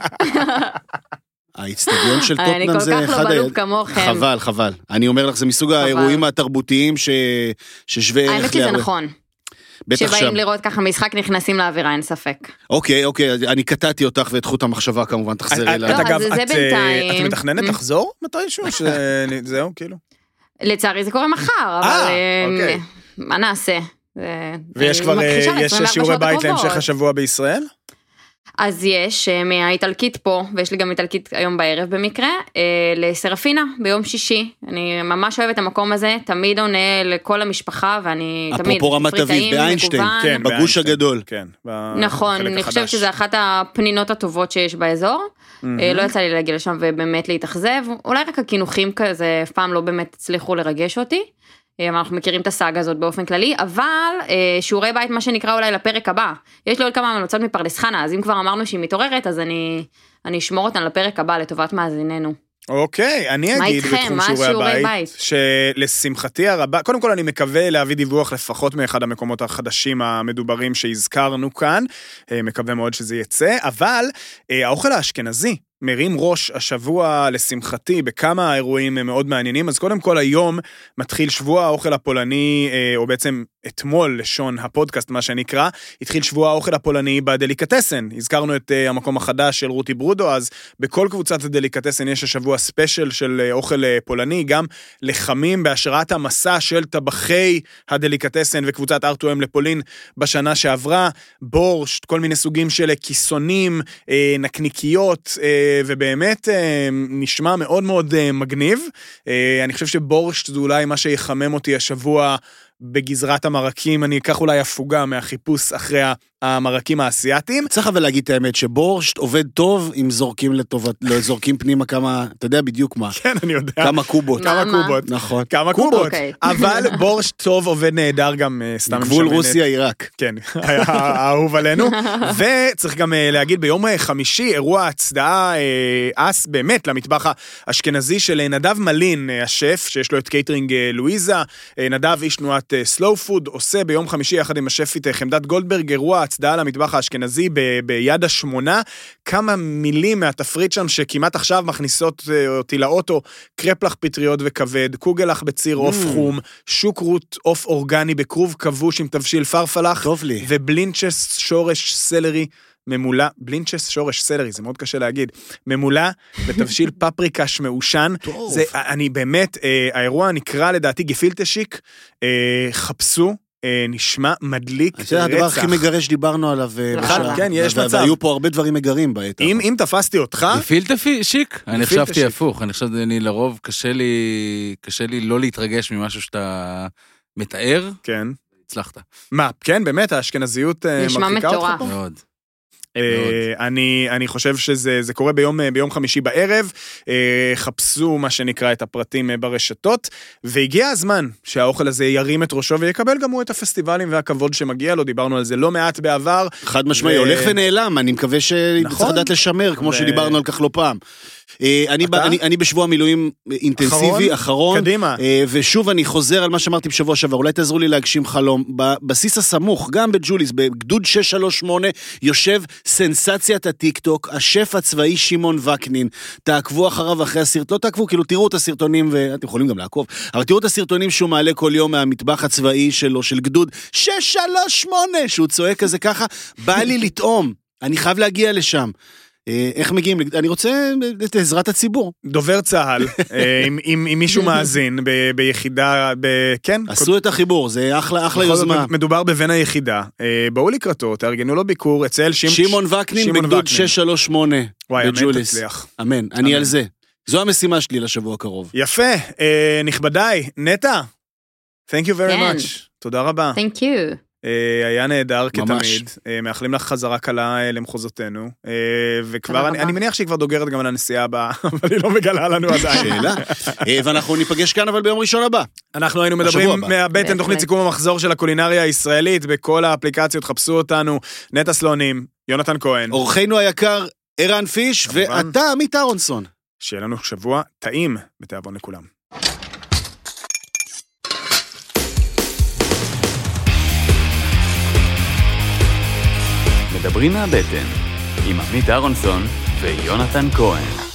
S2: האצטדיון של טוטנאם זה אחד...
S4: אני כל כך לא בלוב כמוכם.
S2: חבל, חבל. אני אומר לך, זה מסוג האירועים התרבותיים ששווה ערך...
S4: האמת שזה נכון. שבאים לראות ככה משחק נכנסים לאווירה, אין ספק.
S2: אוקיי, אוקיי, אני קטעתי אותך ואת חוט המחשבה כמובן, תחזרי אליי.
S4: לא, אז זה בינתיים.
S1: את מתכננת לחזור מתישהו? זהו, כאילו.
S4: לצערי זה קורה מחר, אבל מה נעשה?
S1: ויש כבר, יש שיעורי בית להמשך השבוע בישראל?
S4: אז יש מהאיטלקית פה, ויש לי גם איטלקית היום בערב במקרה, לסרפינה ביום שישי. אני ממש אוהבת את המקום הזה, תמיד עונה לכל המשפחה, ואני תמיד...
S2: אפרופו רמת אביב, באיינשטיין, כן, בגוש הגדול.
S4: נכון, אני חושבת שזה אחת הפנינות הטובות שיש באזור. לא יצא לי להגיע לשם ובאמת להתאכזב. אולי רק הכינוכים כזה, אף פעם לא באמת הצליחו לרגש אותי. אנחנו מכירים את הסאגה הזאת באופן כללי, אבל שיעורי בית מה שנקרא אולי לפרק הבא. יש לי עוד כמה המלצות מפרדס חנה, אז אם כבר אמרנו שהיא מתעוררת, אז אני, אני אשמור אותן לפרק הבא לטובת מאזיננו.
S1: אוקיי, אני אגיד בתחום שיעורי הבית, שלשמחתי הרבה, קודם כל אני מקווה להביא דיווח לפחות מאחד המקומות החדשים המדוברים שהזכרנו כאן, מקווה מאוד שזה יצא, אבל האוכל האשכנזי, מרים ראש השבוע לשמחתי בכמה אירועים מאוד מעניינים, אז קודם כל היום מתחיל שבוע האוכל הפולני, או בעצם אתמול לשון הפודקאסט מה שנקרא, התחיל שבוע האוכל הפולני בדליקטסן, הזכרנו את המקום החדש של רותי ברודו, אז בכל קבוצת הדליקטסן יש השבוע ספיישל של אוכל פולני, גם לחמים בהשראת המסע של טבחי הדליקטסן וקבוצת אר טו אם לפולין בשנה שעברה, בורשט, כל מיני סוגים של כיסונים, נקניקיות, ובאמת נשמע מאוד מאוד מגניב. אני חושב שבורשט זה אולי מה שיחמם אותי השבוע בגזרת המרקים, אני אקח אולי הפוגה מהחיפוש אחרי המרקים האסייתיים.
S2: צריך אבל להגיד את האמת שבורשט עובד טוב אם זורקים לטובת, לא זורקים פנימה כמה, אתה יודע בדיוק מה.
S1: כן, אני יודע.
S2: כמה קובות.
S1: כמה קובות.
S2: נכון.
S1: כמה קובות. אבל בורשט טוב עובד נהדר גם סתם.
S2: גבול רוסיה עיראק.
S1: כן, האהוב עלינו. וצריך גם להגיד ביום חמישי, אירוע הצדעה אס באמת למטבח האשכנזי של נדב מלין, השף, שיש לו את קייטרינג לואיזה, נדב איש תנועת סלואו פוד, עושה ביום חמישי יחד עם השפית חמדת גולדברג, אירוע הצדעה למטבח האשכנזי ב- ביד השמונה, כמה מילים מהתפריט שם שכמעט עכשיו מכניסות אותי לאוטו, קרפלח פטריות וכבד, קוגלח בציר עוף mm. חום, שוקרוט עוף אורגני בקרוב כבוש עם תבשיל פרפלח, ובלינצ'ס שורש סלרי, ממולה, בלינצ'ס שורש סלרי, זה מאוד קשה להגיד, ממולה בתבשיל פפריקש מעושן, זה, אני באמת, אה, האירוע נקרא לדעתי גפילטה שיק, אה, חפשו, אה, נשמע מדליק רצח.
S2: זה הדבר הכי מגרש דיברנו עליו בשעה.
S1: כן, יש מצב.
S2: והיו פה הרבה דברים מגרים בעת.
S1: אם, אם תפסתי אותך...
S5: גפילטה שיק? אני חשבתי הפוך, אני חשבתי, אני לרוב קשה לי, קשה לי לא להתרגש ממשהו שאתה מתאר.
S1: כן.
S5: הצלחת.
S1: מה, כן, באמת, האשכנזיות מרחיקה אותך פה?
S5: מאוד.
S1: אני, אני חושב שזה, זה קורה ביום, ביום חמישי בערב, חפשו מה שנקרא את הפרטים ברשתות, והגיע הזמן שהאוכל הזה ירים את ראשו ויקבל גם הוא את הפסטיבלים והכבוד שמגיע לו, דיברנו על זה לא מעט בעבר.
S2: חד משמעי, ו... הולך ונעלם, אני מקווה שצריך לדעת לשמר, כמו ו... שדיברנו על כך לא פעם. אני, אני, אני בשבוע מילואים אינטנסיבי, אחרון,
S1: קדימה.
S2: ושוב אני חוזר על מה שאמרתי בשבוע שעבר, אולי תעזרו לי להגשים חלום, בבסיס הסמוך, גם בג'וליס, בגדוד שש שלוש שמונה, יושב סנסציית הטיקטוק, השף הצבאי שמעון וקנין, תעקבו אחריו אחרי הסרט, לא תעקבו, כאילו תראו את הסרטונים, ואתם יכולים גם לעקוב, אבל תראו את הסרטונים שהוא מעלה כל יום מהמטבח הצבאי שלו, של גדוד שש שלוש שמונה, שהוא צועק כזה ככה, בא לי לטעום, אני חייב להגיע לשם. איך מגיעים? אני רוצה את עזרת הציבור.
S1: דובר צהל, אם מישהו מאזין ביחידה, כן?
S2: עשו את החיבור, זה אחלה יוזמה.
S1: מדובר בבן היחידה. בואו לקראתו, תארגנו לו ביקור, אצל
S2: שמעון וקנין בגדוד שש שלוש שמונה בג'וליס. אמן, אני על זה. זו המשימה שלי לשבוע הקרוב.
S1: יפה, נכבדיי, נטע, thank you very much. תודה רבה.
S4: Thank you.
S1: היה נהדר כתמיד, מאחלים לך חזרה קלה למחוזותינו, וכבר, אני מניח שהיא כבר דוגרת גם על הנסיעה הבאה, אבל היא לא מגלה לנו עדיין.
S2: שאלה. ואנחנו ניפגש כאן אבל ביום ראשון הבא.
S1: אנחנו היינו מדברים מהבטן, תוכנית סיכום המחזור של הקולינריה הישראלית, בכל האפליקציות, חפשו אותנו, נטע סלונים, יונתן כהן.
S2: אורחנו היקר, ערן פיש, ואתה עמית אהרונסון.
S1: שיהיה לנו שבוע טעים בתיאבון לכולם.
S3: מדברים מהבטן, עם עמית אהרונסון ויונתן כהן.